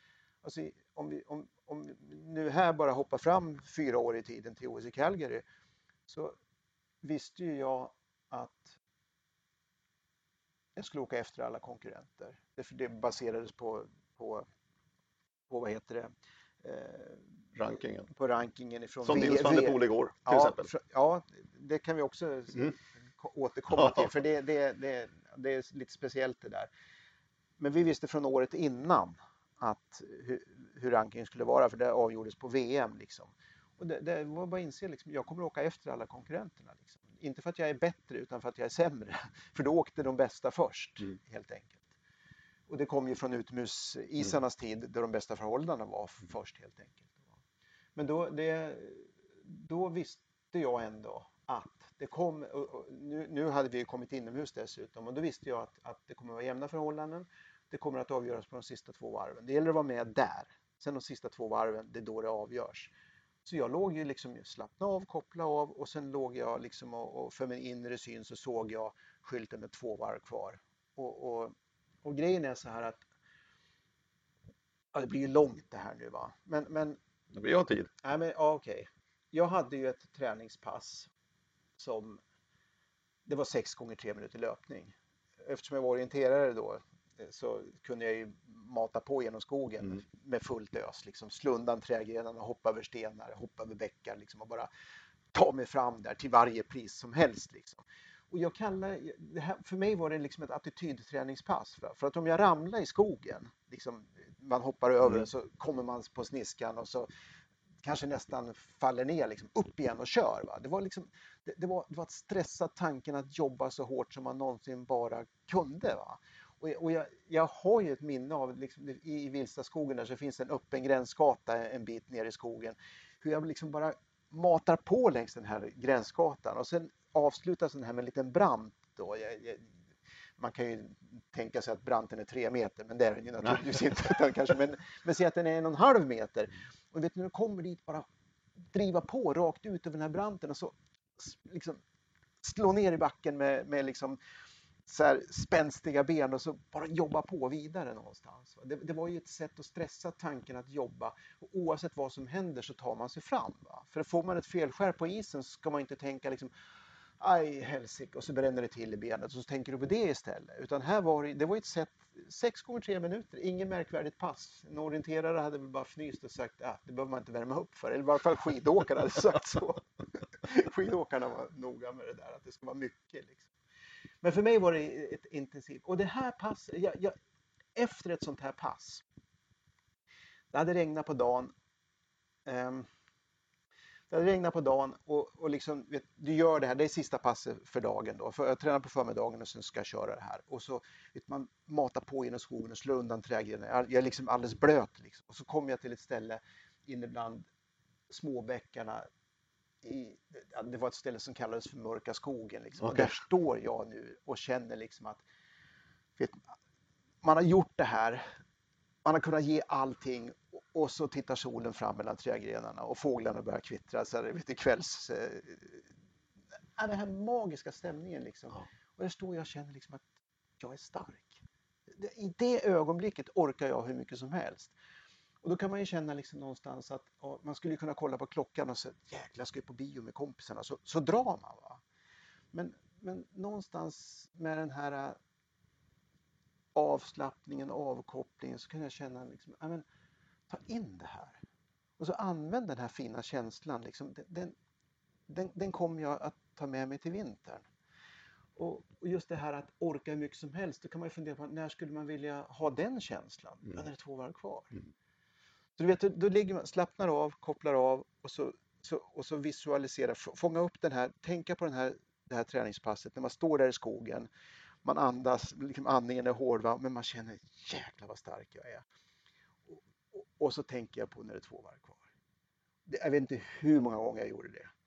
Alltså, om, vi, om, om vi nu här bara hoppar fram fyra år i tiden till O S i Calgary, så visste ju jag att jag skulle åka efter alla konkurrenter. Det, det baserades på, på, på vad heter det? Eh, Rankingen. På rankingen ifrån Som V- Nils van der V- Poel igår, till ja, exempel. fr- ja, det kan vi också Mm. återkomma till, för det, det, det, det är lite speciellt det där. Men vi visste från året innan att hur, hur rankingen skulle vara, för det avgjordes på V M liksom. Och det, det var bara att inse liksom, jag kommer att åka efter alla konkurrenterna liksom. Inte för att jag är bättre, utan för att jag är sämre. För då åkte de bästa först, mm. helt enkelt. Och det kom ju från utomhusisarnas mm. tid, där de bästa förhållandena var mm. först, helt enkelt. Men då, det, då visste jag ändå att det kom, och nu, nu hade vi kommit inomhus dessutom, och då visste jag att, att det kommer att vara jämna förhållanden. Det kommer att avgöras på de sista två varven. Det gäller att vara med där. Sen de sista två varven, det är då det avgörs. Så jag låg ju liksom slappna av, koppla av, och sen låg jag liksom och, och för min inre syn så såg jag skylten med två varv kvar. Och, och, och grejen är så här att ja, det blir ju långt det här nu, va. Men, men det blir jag tid. Nej, men ja, okej. Jag hade ju ett träningspass som det var sex gånger tre minuter löpning. Eftersom jag var orienterare då så kunde jag ju mata på genom skogen mm. med fullt ös. Liksom slå undan trädgrenarna, hoppa över stenar, hoppa över bäckar liksom, och bara ta mig fram där till varje pris som helst. Liksom. Och jag kallar, det här, för mig var det liksom ett attitydträningspass. För, för att om jag ramlar i skogen, liksom, man hoppar över mm. så kommer man på sniskan och så kanske nästan faller ner, liksom, upp igen och kör. Va? Det, var liksom, det, det, var, det var att stressa tanken att jobba så hårt som man någonsin bara kunde. Va? Och, och jag, jag har ju ett minne av, liksom, i, i Vilstaskogen där så finns en öppen gränsgata en bit ner i skogen. Hur jag liksom bara matar på längs den här gränsgatan och sen avslutas den här med en liten brant. Då. Jag, jag, man kan ju tänka sig att branten är tre meter, men det är den ju naturligtvis inte. Kanske, men, men se att den är en och en halv meter. Och vet du, när du kommer dit, bara driva på rakt ut över den här branten och så liksom slå ner i backen med, med liksom så här spänstiga ben och så bara jobba på vidare någonstans. Det, det var ju ett sätt att stressa tanken att jobba. Och oavsett vad som händer så tar man sig fram. Va? För får man ett felskär på isen så ska man inte tänka liksom aj helsike, och så bränner det till i benet och så tänker du på det istället. Utan här var det, det var ett sätt, sex gånger tre minuter, ingen märkvärdigt pass. En orienterare hade väl bara fnyst och sagt att ah, det behöver man inte värma upp för. Eller i varje fall skidåkarna hade sagt så. Skidåkarna var noga med det där, att det ska vara mycket. Liksom. Men för mig var det ett intensivt. Och det här pass, jag, jag, efter ett sånt här pass, det hade regnat på dagen. Um, Det hade regnat på dagen och, och liksom, vet, du gör det här, det är sista passet för dagen då. För jag tränar på förmiddagen och sen ska jag köra det här. Och så vet, man matar på genom skogen och slår undan trädgrenen. Jag, jag är liksom alldeles blöt liksom. Och så kommer jag till ett ställe inne bland småbäckarna. I, det var ett ställe som kallades för Mörka skogen. Liksom. Okay. Och där står jag nu och känner liksom att vet, man har gjort det här. Man har kunnat ge allting och så tittar solen fram mellan trädgrenarna och fåglarna börjar kvittra så här, vet du, kvälls... Äh, den här magiska stämningen liksom. Ja. Och där står jag och känner liksom att jag är stark. I det ögonblicket orkar jag hur mycket som helst. Och då kan man ju känna liksom någonstans att ja, man skulle kunna kolla på klockan och säga jäklar, jag ska ju på bio med kompisarna. Så, så drar man, va. Men, men någonstans med den här avslappningen, avkopplingen så kan jag känna liksom, ja, men, ta in det här. Och så använd den här fina känslan. Liksom, den, den, den kommer jag att ta med mig till vintern. Och, och just det här att orka hur mycket som helst. Då kan man ju fundera på när skulle man vilja ha den känslan? Mm. Ja, när det är två varv kvar. Mm. Så du vet, då, då ligger man, slappnar av, kopplar av och så, så, och så visualisera, fånga upp den här, tänka på den här, det här träningspasset när man står där i skogen. Man andas, liksom andningen är hård, va? Men man känner jäklar vad stark jag är. Och, och, och så tänker jag på när det är två varv kvar. Det, jag vet inte hur många gånger jag gjorde det.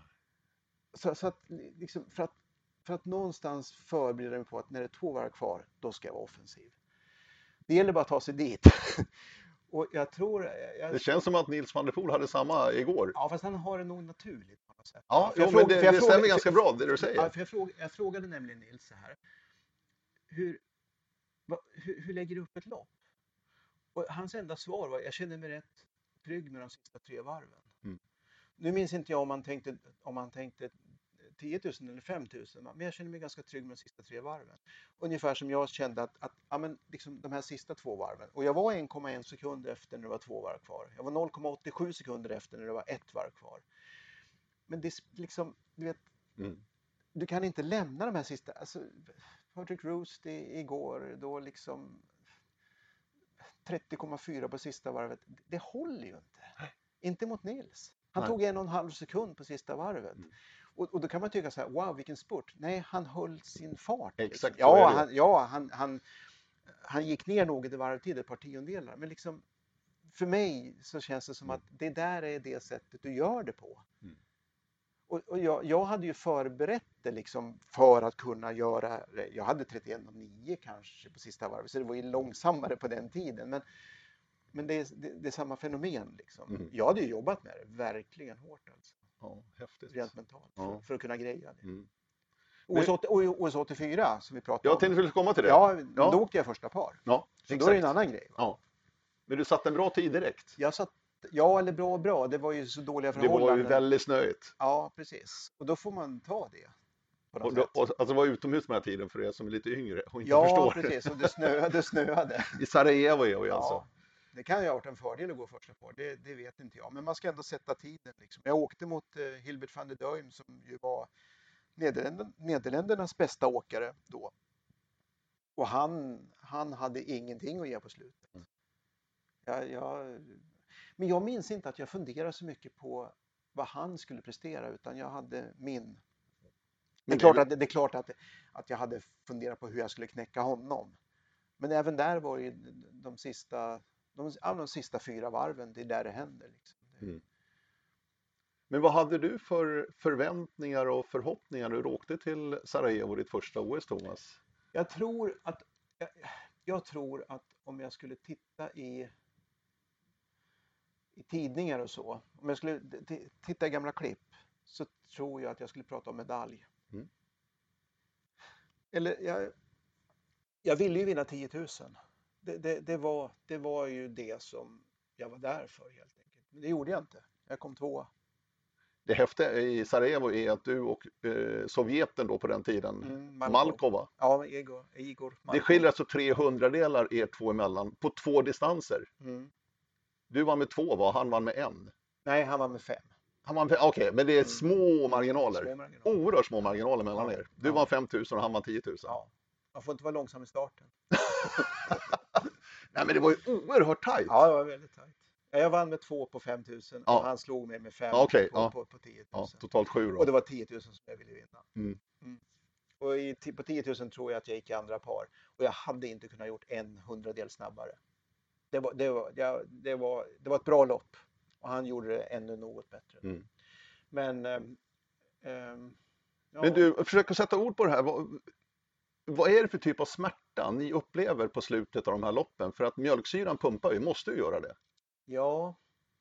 Så, så att, liksom, för, att, för att någonstans förbereda mig på att när det är två varv kvar, då ska jag vara offensiv. Det gäller bara att ta sig dit. Och jag tror, jag... Det känns som att Nils van der Poel hade samma igår. Ja, fast han har det nog naturligt på något sätt. Ja, jo, fråga, men det, det stämmer fråga, ganska för, bra det du säger. Ja, för jag, fråga, jag frågade nämligen Nils så här. Hur, va, hur, hur lägger du upp ett lopp? Och hans enda svar var, jag känner mig rätt trygg med de sista tre varven. Mm. Nu minns inte jag om han tänkte, om han tänkte tio tusen eller fem tusen, men jag känner mig ganska trygg med de sista tre varven. Ungefär som jag kände att, att ja, men liksom de här sista två varven. Och jag var en komma en sekund efter när det var två varv kvar. Jag var noll komma åttiosju sekunder efter när det var ett varv kvar. Men det är liksom, du vet, Mm. du kan inte lämna de här sista, alltså Patrick Roost i, igår, då liksom trettio komma fyra på sista varvet, det håller ju inte. Inte mot Nils. Han Nej. tog en och en halv sekund på sista varvet. Mm. Och, och då kan man tycka så här, wow vilken spurt. Nej, han höll sin fart. Exakt, liksom. så är Ja, det. han, ja han, han, han gick ner något i varvtid, ett par tiondelar. Men liksom, för mig så känns det som Mm. att det där är det sättet du gör det på. Mm. Och, och jag, jag hade ju förberett det liksom för att kunna göra, jag hade trettioen komma nio kanske på sista varvet, så det var ju långsammare på den tiden. Men, men det, är, det, det är samma fenomen liksom. Mm. Jag hade ju jobbat med det verkligen hårt alltså. Ja, häftigt. Rent mentalt, Ja. för, för att kunna greja det. Mm. O S åttio O S åttiofyra som vi pratade Jag om. tänkte väl komma till det. Ja, Ja. då åkte jag första par. Ja, Så exakt. då är det en annan grej. Va? Ja. Men du satte en bra tid direkt. Jag satt, ja eller bra och bra, det var ju så dåliga Det förhållanden. var ju väldigt snöigt. Ja, precis. Och då får man ta det. På något Och, då, sätt. och, alltså det var utomhus med den här tiden för er som är lite yngre och inte Ja, förstår. precis. Och det snöade, det snöade. I Sarajevo är vi Ja, alltså. det kan ju ha varit en fördel att gå första par, det, det vet inte jag. Men man ska ändå sätta tiden. Liksom. Jag åkte mot eh, Hilbert van der Duim som ju var Nederländer, Nederländernas bästa åkare då. Och han, han hade ingenting att ge på slutet. Mm. Jag, jag, men jag minns inte att jag funderade så mycket på vad han skulle prestera, utan jag hade min. Det är klart, att, det är klart att, att jag hade funderat på hur jag skulle knäcka honom. Men även där var ju de sista, de, ja, de sista fyra varven, det är där det händer. Liksom. Mm. Men vad hade du för förväntningar och förhoppningar när du åkte till Sarajevo, ditt första O S, Thomas? Jag tror att, jag, jag tror att om jag skulle titta i, i tidningar och så, om jag skulle t- titta i gamla klipp, så tror jag att jag skulle prata om medalj. Mm. Eller jag, jag ville ju vinna tio tusen. Det, det, det, var, det var ju det som jag var där för helt enkelt. Men det gjorde jag inte. Jag kom tvåa. Det häftiga i Sarajevo är att du och eh, Sovjeten då på den tiden, Mm, Malkov, va? Ja, Igor. Igor Det Malkov. skiljer alltså tre hundradelar er två emellan på två distanser. Mm. Du vann med två, va? Han vann med en. Nej, han var med fem. Han vann med, okej, men det är Mm. små marginaler. Små marginaler. Oerhört små marginaler mellan Ja. er. Du Ja. vann fem tusen och han vann tio tusen. Ja. Man får inte vara långsam i starten. Nej, men det var ju oerhört tajt. Ja, det var väldigt tajt. Ja, jag vann med två på fem tusen Ja. och han slog mig med fem Ja, okej, på, ja. på, på tio Ja, tusen. totalt sju då. Och det var tio tusen som jag ville vinna. Mm. Mm. Och i, på tio tusen tror jag att jag gick i andra par. Och jag hade inte kunnat gjort en hundradel snabbare. Det var, det, var, ja, det, var, det var ett bra lopp. Och han gjorde det ännu något bättre. Mm. Men... ehm, ehm, ja. Men du, försök att sätta ord på det här. Vad, vad är det för typ av smärta ni upplever på slutet av de här loppen? För att mjölksyran pumpar ju, måste ju göra det. Ja.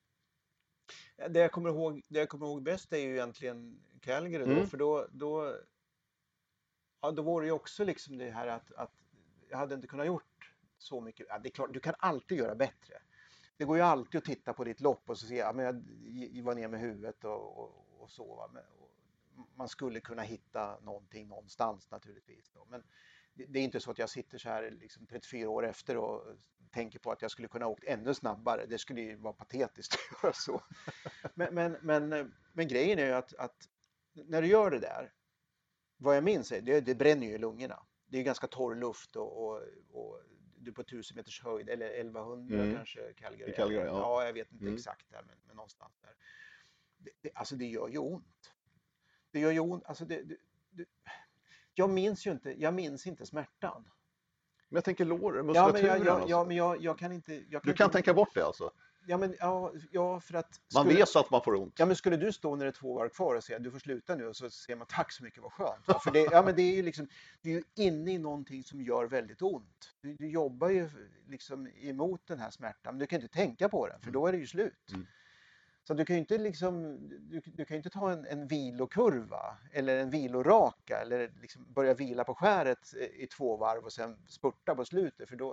Det jag kommer ihåg, det jag kommer ihåg bäst är ju egentligen Calgary då. Mm. För då, då, ja, då var det ju också liksom det här att, att jag hade inte kunnat gjort så mycket. Ja, det är klart, du kan alltid göra bättre. Det går ju alltid att titta på ditt lopp och så se, ja, men jag, jag var ner med huvudet och, och, och så. Va? Men, och man skulle kunna hitta någonting någonstans naturligtvis. Då. Men det, det är inte så att jag sitter så här liksom trettiofyra år efter och tänker på att jag skulle kunna åkt ännu snabbare. Det skulle ju vara patetiskt att göra så. Men, men, men, men grejen är ju att, att när du gör det där, vad jag minns är, det, det bränner ju i lungorna. Det är ganska torr luft och, och, och du är på tusen meters höjd, eller elvahundra Mm. kanske Calgary. I Calgary, ja. ja, jag vet inte Mm. exakt där, men, men någonstans där. Det, det, alltså det gör ju ont. Det gör ju ont, alltså det, det, det, jag minns ju inte, jag minns inte smärtan. Men jag tänker lår, Ja, muskulaturen. men jag, jag, alltså. ja, men jag, jag kan inte... Jag Du kan inte, tänka bort det alltså. Ja, men ja, ja för att... Man skulle- vet att man får ont. Ja, men skulle du stå när det är två varv kvar och säga du får sluta nu, och så säger man tack så mycket, vad skönt. Va? För det, ja, men det är ju liksom, du är ju inne i någonting som gör väldigt ont. Du, du jobbar ju liksom emot den här smärtan, men du kan inte tänka på den, för då är det ju slut. Mm. Så du kan ju inte liksom, du, du kan ju inte ta en, en vilokurva eller en viloraka eller liksom börja vila på skäret i två varv och sen spurta på slutet, för då,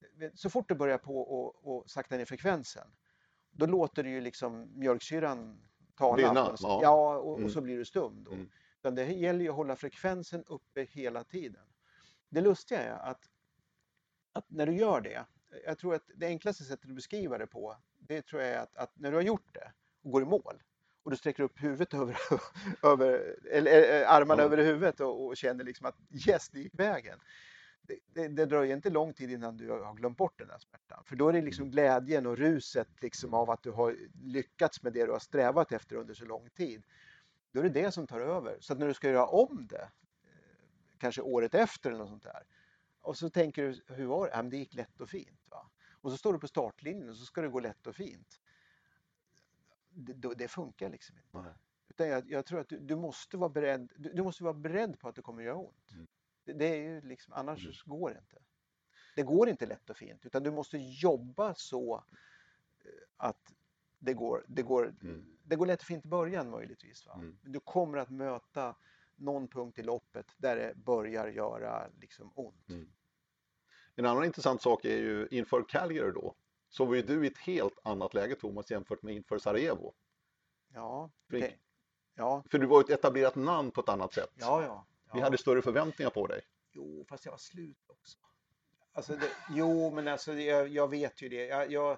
Så fort du börjar på och, och sakta ner frekvensen, då låter det ju liksom mjölksyran tala. Vinna, ja. Ja, och, Mm. och så blir du stum då. Mm. Utan det gäller ju att hålla frekvensen uppe hela tiden. Det lustiga är att, att när du gör det, jag tror att det enklaste sättet att beskriva det på, det tror jag är att, att när du har gjort det och går i mål och du sträcker upp huvudet över, över eller armarna Ja. över huvudet och, och känner liksom att yes, det gick vägen. Det, det, det dröjer inte lång tid innan du har glömt bort den här smärtan. För då är det liksom glädjen och ruset liksom av att du har lyckats med det du har strävat efter under så lång tid. Då är det det som tar över. Så att när du ska göra om det, kanske året efter eller något sånt där, och så tänker du, hur var det? Ja, men det gick lätt och fint. Va? Och så står du på startlinjen och så ska det gå lätt och fint. Det, det funkar liksom inte. Nej. Utan jag, jag tror att du, du måste vara beredd. Du, du måste vara beredd på att det kommer göra ont. Mm. Det, det är ju liksom, annars Mm. går det inte. Det går inte lätt och fint, utan du måste jobba så att det går, det går, Mm. det går lätt och fint i början möjligtvis. Va? Mm. Men du kommer att möta någon punkt i loppet där det börjar göra liksom ont. Mm. En annan intressant sak är ju inför Calgary då, så var ju du i ett helt annat läge, Thomas, jämfört med inför Sarajevo. Ja, För, det, ja, för du var ju ett etablerat namn på ett annat sätt. ja, ja, Vi ja. hade större förväntningar på dig. Jo, fast jag var slut också. Alltså det, jo, men alltså jag, jag vet ju det. Jag, jag,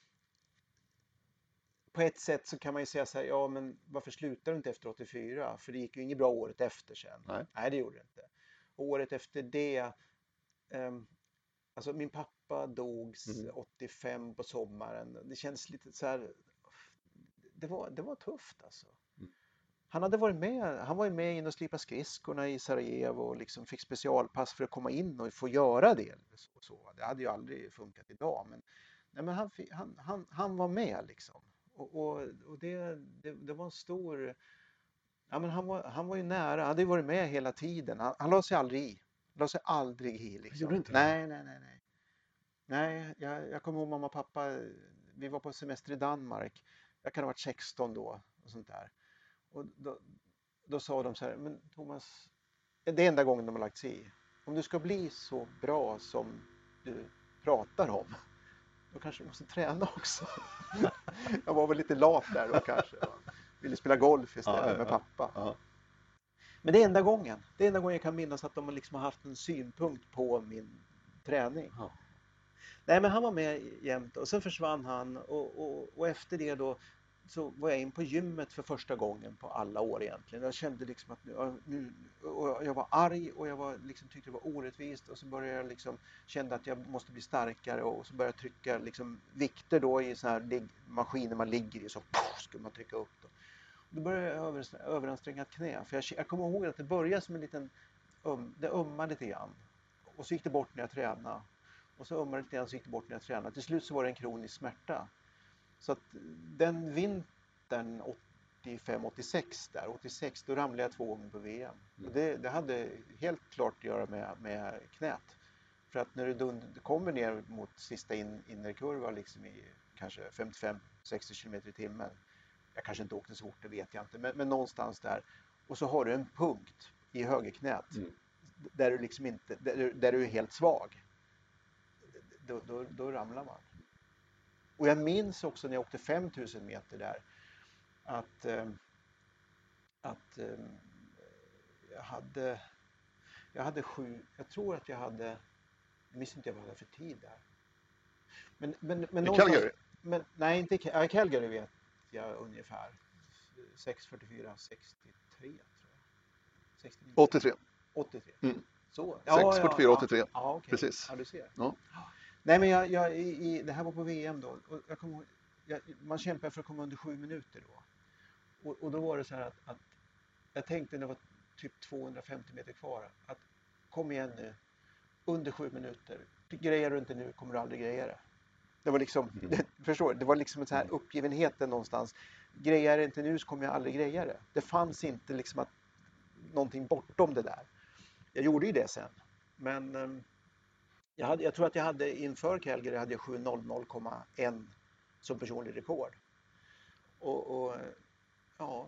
på ett sätt så kan man ju säga så här, ja men varför slutar du inte efter åttiofyra? För det gick ju inget bra året efter sen. Nej. Nej, det gjorde det inte. Och året efter det, um, alltså min pappa dog Mm. åttiofem på sommaren. Det känns lite så här, det var, det var tufft alltså. Mm. Han hade varit med, han var ju med in och slipa skridskorna i Sarajevo och liksom fick specialpass för att komma in och få göra det. Så, så. Det hade ju aldrig funkat idag, men, nej, men han, han, han, han var med liksom. Och, och, och det, det, det var en stor, ja, men han, var, han var ju nära, han hade ju varit med hela tiden. Han, han la sig aldrig i, la sig aldrig i liksom. Gjorde inte det? Nej, nej, nej, nej. Nej, jag, jag kommer ihåg mamma och pappa, vi var på semester i Danmark. Jag kan ha varit sexton då och sånt där. Och då, då sa de så här, men Thomas, det är enda gången de har lagt sig i. Om du ska bli så bra som du pratar om, då kanske du måste träna också. Jag var väl lite lat där då kanske. Va? Ville spela golf istället Ja, ja, med ja. pappa. Ja. Men det är enda gången. Det är enda gången jag kan minnas att de liksom har haft en synpunkt på min träning. Ja. Nej, men han var med jämt och sen försvann han och, och, och efter det då så var jag in på gymmet för första gången på alla år egentligen. Jag kände liksom att nu, nu och jag var arg och jag var, liksom, tyckte det var orättvist och så började jag liksom kände att jag måste bli starkare och så började jag trycka liksom vikter då i så här maskiner man ligger i så puff, skulle man trycka upp då. Då började jag över, överanstränga ett knä för jag, jag kommer ihåg att det började som en liten um, det ömmade lite grann och så gick det bort när jag tränade. Och så ömmade det lite grann så gick det bort när jag tränade. Till slut så var det en kronisk smärta. Så att den vintern åttiofem åttiosex där, åttiosex, då ramlade jag två gånger på V M. Och det, det hade helt klart att göra med, med knät. För att när du dund, kommer ner mot sista in, innerkurva liksom i kanske femtiofem sextio kilometer i timmen. Jag kanske inte åkte så fort, det vet jag inte. Men, men någonstans där. Och så har du en punkt i högerknät. Mm. Där du liksom inte, där, där du är helt svag. Då, då, då ramlar man. Och jag minns också när jag åkte fem tusen meter där att, eh, att eh, jag hade jag hade sju, jag tror att jag hade, jag minns inte vad jag hade för tid där. Men, men, men I Calgary? Men, nej, inte i ja, Calgary vet jag ungefär. sex fyrtiofyra sextiotre tror jag. sextionio. åttiotre. åttiotre. Mm. Så. sex fyrtiofyra åttiotre. Ja, ja, okay. Precis. Ja, du ser. Ja. Nej, men jag, jag, i, det här var på V M då. Och jag kom, jag, man kämpar för att komma under sju minuter då. Och, och då var det så här att, att jag tänkte när det var typ tvåhundrafemtio meter kvar att kom igen nu, under sju minuter. Grejer du inte nu kommer du aldrig greja det. Det var liksom, Mm. det, förstår du? Det var liksom en så här uppgivenheten någonstans. Grejer det inte nu så kommer jag aldrig greja det. Det fanns inte liksom att någonting bortom det där. Jag gjorde ju det sen. Men um, jag, hade, jag tror att jag hade inför Calgary hade jag sju noll noll komma ett som personlig rekord. Och, och ja,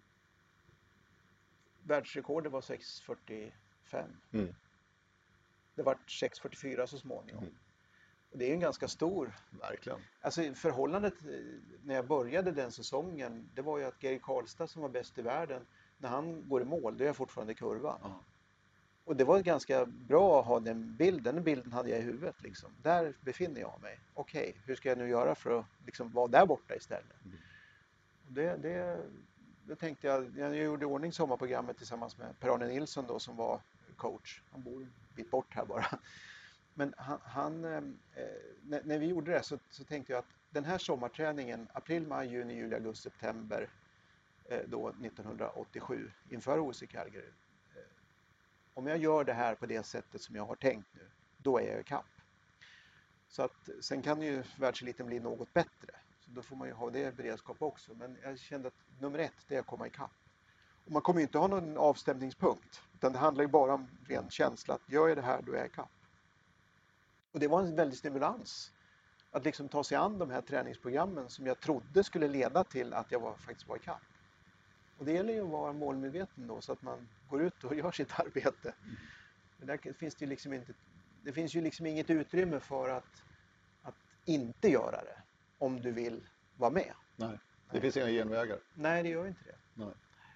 världsrekordet var sex fyrtiofem. Mm. Det var sex fyrtiofyra så småningom. Mm. Och det är en ganska stor... Verkligen. Alltså förhållandet när jag började den säsongen, det var ju att Gary Karlstad som var bäst i världen, när han går i mål, då är jag fortfarande i kurvan. Ja. Och det var ganska bra att ha den bilden, den bilden hade jag i huvudet liksom. Där befinner jag mig. Okej, okay, hur ska jag nu göra för att liksom vara där borta istället? Mm. Och det, det, det tänkte jag, jag gjorde i ordning sommarprogrammet tillsammans med Per-Arne Nilsson då som var coach. Han bor en bit bort här bara. Men han, han eh, när, när vi gjorde det så, så tänkte jag att den här sommarträningen, april, maj, juni, juli, augusti, september eh, då nittonhundraåttiosju inför O S i Calgary. Eh, om jag gör det här på det sättet som jag har tänkt nu, då är jag i kapp. Så att sen kan ju världseliten bli något bättre. Så då får man ju ha det beredskap också. Men jag kände att nummer ett, det är att komma i kapp. Och man kommer ju inte ha någon avstämningspunkt. Utan det handlar ju bara om ren känsla att gör jag det här, då är jag i kapp. Och det var en väldig stimulans att liksom ta sig an de här träningsprogrammen som jag trodde skulle leda till att jag var, faktiskt var i kapp. Och det gäller ju att vara målmedveten då så att man går ut och gör sitt arbete. Mm. Men där finns det ju liksom inte, det finns ju liksom inget utrymme för att, att inte göra det om du vill vara med. Nej, det Nej. finns inga genvägar. Nej, det gör inte det. Nej.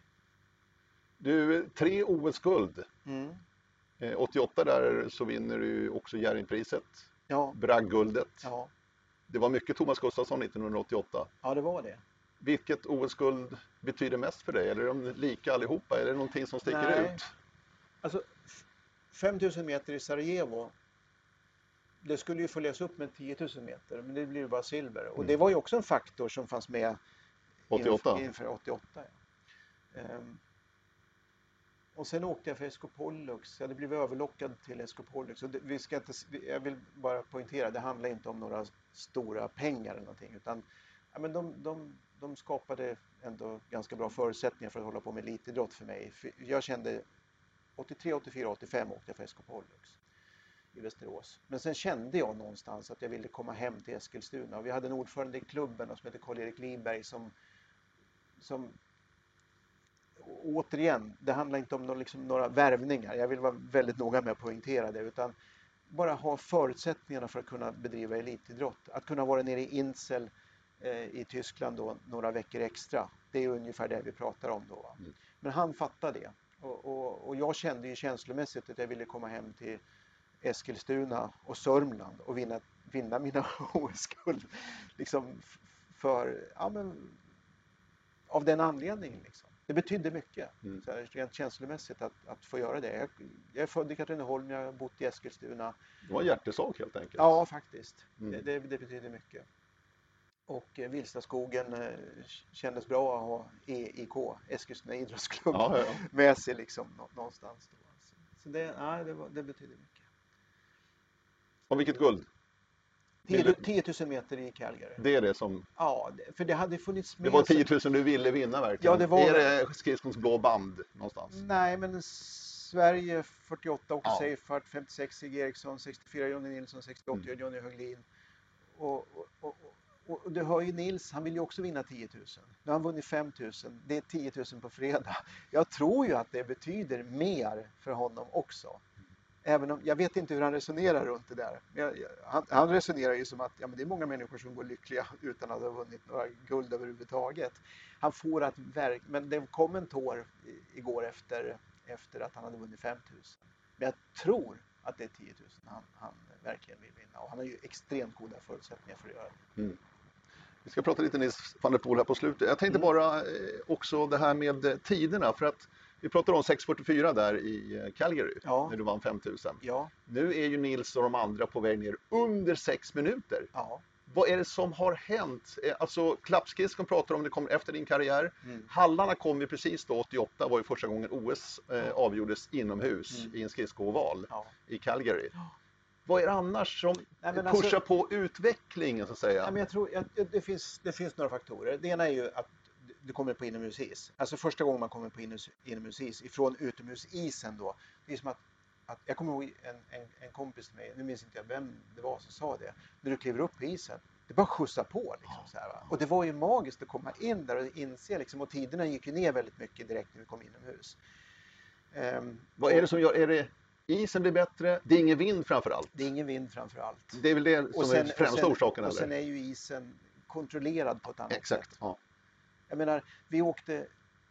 Du, tre O S-guld. Mm. åttioåtta där så vinner du också Jerringpriset. Ja. Bragdguldet. Ja. Det var mycket Thomas Gustafsson nittonhundraåttioåtta. Ja, det var det. Vilket O S-guld betyder mest för dig? Eller är de lika allihopa? Är det någonting som sticker Nej. ut? Alltså, femtusen meter i Sarajevo, det skulle ju följas upp med tiotusen meter, men det blir ju bara silver. Och mm. det var ju också en faktor som fanns med åttioåtta. Inför, inför åttioåtta. Ja. Um, och sen åkte jag för Escopollux. Jag hade blivit överlockad till Escopollux. Och det, vi ska inte, jag vill bara poängtera, det handlar inte om några stora pengar eller någonting, utan ja, men de, de, de skapade ändå ganska bra förutsättningar för att hålla på med elitidrott för mig. För jag kände åttiotre, åttiofyra, åttiofem åkte jag för Escopollux i Västerås. Men sen kände jag någonstans att jag ville komma hem till Eskilstuna. Och vi hade en ordförande i klubben som heter Karl-Erik Lidberg som, som återigen, det handlar inte om någon, liksom, några värvningar. Jag vill vara väldigt noga med att poängtera det, utan bara ha förutsättningarna för att kunna bedriva elitidrott. Att kunna vara nere i Insel eh, i Tyskland då, några veckor extra. Det är ungefär det vi pratar om då. Mm. Men han fattade det. Och, och, och jag kände ju känslomässigt att jag ville komma hem till Eskilstuna och Sörmland och vinna, vinna mina O S-guld. Liksom för, ja men, av den anledningen liksom. Det betydde mycket, mm. så här, rent känslomässigt att, att få göra det. Jag, jag är född i Katrineholm, jag har bott i Eskilstuna. Det var en hjärtesak helt enkelt. Ja, faktiskt. Mm. Det, det, det betyder mycket. Och eh, Vilstaskogen eh, kändes bra att ha E I K, Eskilstuna idrottsklubb, ja, ja. med sig liksom nå, någonstans. Då. Så, så det, nej, det, var, det betyder mycket. Och vilket guld? tio tusen meter i Calgary. Det är det som... Ja, för det hade funnits med... Det var tio tusen du ville vinna verkligen. Ja, det var... Är det skridskons blå band någonstans? Nej, men Sverige fyrtioåtta Åke ja. Seifert, femtiosex Sigge Eriksson, sextiofyra Jonny Nilsson, sextioåtta mm. Johnny Höglin. Och, och, och, och, och du hör ju Nils, han vill ju också vinna tio tusen. Nu har han vunnit fem tusen. Det är tio tusen på fredag. Jag tror ju att det betyder mer för honom också. Även om, jag vet inte hur han resonerar runt det där. Jag, jag, han, han resonerar ju som att ja, men det är många människor som går lyckliga utan att ha vunnit några guld överhuvudtaget. Han får att verk, men det kom en tår igår efter, efter att han hade vunnit fem tusen. Men jag tror att det är tio tusen han, han verkligen vill vinna. Och han har ju extremt goda förutsättningar för att göra det. Mm. Vi ska prata lite Nils van der Poel här på slutet. Jag tänkte mm. bara också det här med tiderna. För att vi pratade om sex fyrtiofyra där i Calgary, ja. när du vann fem tusen. Ja. Nu är ju Nils och de andra på väg ner under sex minuter. Ja. Vad är det som har hänt? Alltså klappskridskon pratar om det kommer efter din karriär. Mm. Hallarna kom ju precis då, åttioåtta var ju första gången O S eh, ja. avgjordes inomhus mm. i en skridskooval ja. i Calgary. Ja. Vad är det annars som Nej, pushar alltså, på utvecklingen så att säga? Nej, men jag tror att det finns, det finns några faktorer. Det ena är ju att du kommer på inomhusis. Alltså första gången man kommer på inomhusis ifrån utomhusisen då. Det är som att, att jag kommer ihåg en, en, en kompis till mig, nu minns inte jag vem det var som sa det. När du kliver upp på isen, det bara skjutsar på liksom så här, va? Och det var ju magiskt att komma in där och inse liksom, och tiderna gick ju ner väldigt mycket direkt när vi kom inomhus. Um, Vad är det som gör, är det isen blir bättre, det är ingen vind framför allt. Det är ingen vind framför allt. Det är väl det som sen, är främsta sen, orsaken? Och eller? sen är ju isen kontrollerad på ett annat Exakt, sätt. ja. Jag menar, vi åkte,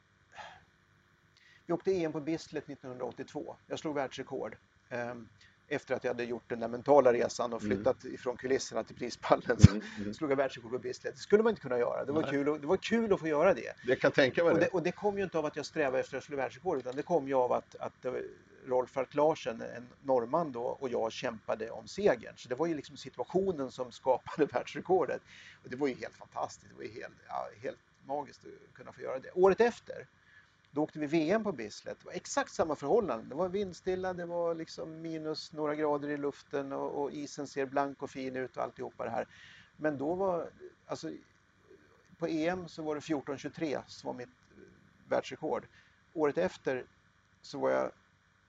vi åkte E M på Bislett nittonhundraåttiotvå. Jag slog världsrekord. Um, efter att jag hade gjort den där mentala resan och flyttat mm. ifrån kulisserna till prispallen så mm, mm. slog jag världsrekord på Bislett. Det skulle man inte kunna göra. Det var, kul, och, det var kul att få göra det. Det kan tänka mig och det. det. Och det kom ju inte av att jag strävade efter att slå världsrekord, utan det kom ju av att, att Rolf Falk Larsen, en norrman då, och jag kämpade om segern. Så det var ju liksom situationen som skapade världsrekordet. Och det var ju helt fantastiskt. Det var ju helt, ja, helt magiskt att kunna få göra det. Året efter, då åkte vi V M på Bislett. Det var exakt samma förhållanden. Det var vindstilla, det var liksom minus några grader i luften och, och isen ser blank och fin ut och alltihopa det här. Men då var, alltså på E M så var det fjorton tjugotre som var mitt världsrekord. Året efter så var jag,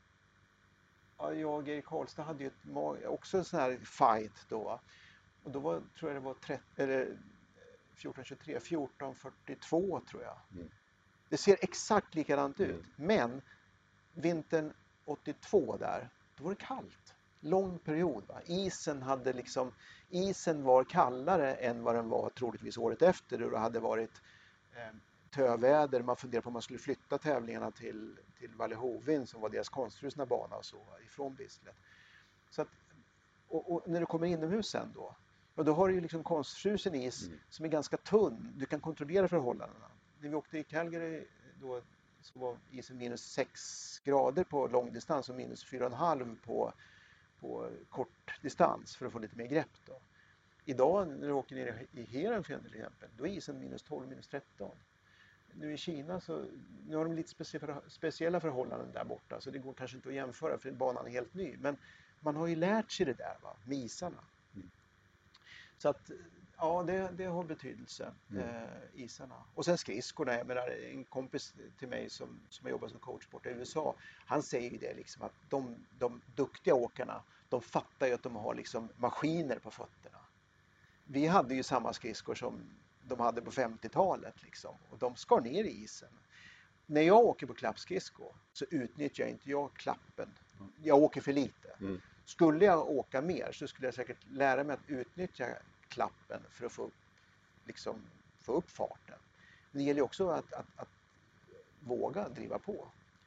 ja, jag och Erik Karlstad hade ju ett, också en sån här fight då. Och då var, tror jag det var trettio, eller fjorton tjugotre, fjorton fyrtiotvå tror jag. Mm. Det ser exakt likadant ut. Mm. Men vintern åttiotvå där, då var det kallt. Lång period. Va? Isen hade liksom, isen var kallare än vad den var troligtvis året efter. Då det hade varit eh, töväder. Man funderade på om man skulle flytta tävlingarna till, till Vallehovin som var deras konstfrusna bana och så ifrån Bislett. Så att, och, och när du kommer inomhus sen då, och då har du ju liksom konstfrusen is mm. som är ganska tunn. Du kan kontrollera förhållandena. När vi åkte i Calgary då så var isen minus sex grader på lång distans och minus fyra komma fem på, på kort distans för att få lite mer grepp då. Idag när du åker ner i Heerenveen till exempel, då är isen minus tolv, minus tretton. Nu i Kina så nu har de lite speciella förhållanden där borta, så det går kanske inte att jämföra för banan är helt ny. Men man har ju lärt sig det där, va, med isarna. Mm. Så att ja, det, det har betydelse, mm. eh, isarna. Och sen skridskorna, jag menar, en kompis till mig som, som har jobbat som coachsport i U S A, han säger ju det liksom att de, de duktiga åkarna, de fattar ju att de har liksom maskiner på fötterna. Vi hade ju samma skridskor som de hade på femtiotalet liksom, och de skar ner i isen. När jag åker på klappskridsko så utnyttjar inte jag klappen. Jag åker för lite. Mm. Skulle jag åka mer så skulle jag säkert lära mig att utnyttja klappen för att få upp, liksom, få upp farten. Men det gäller också att, att, att våga driva på.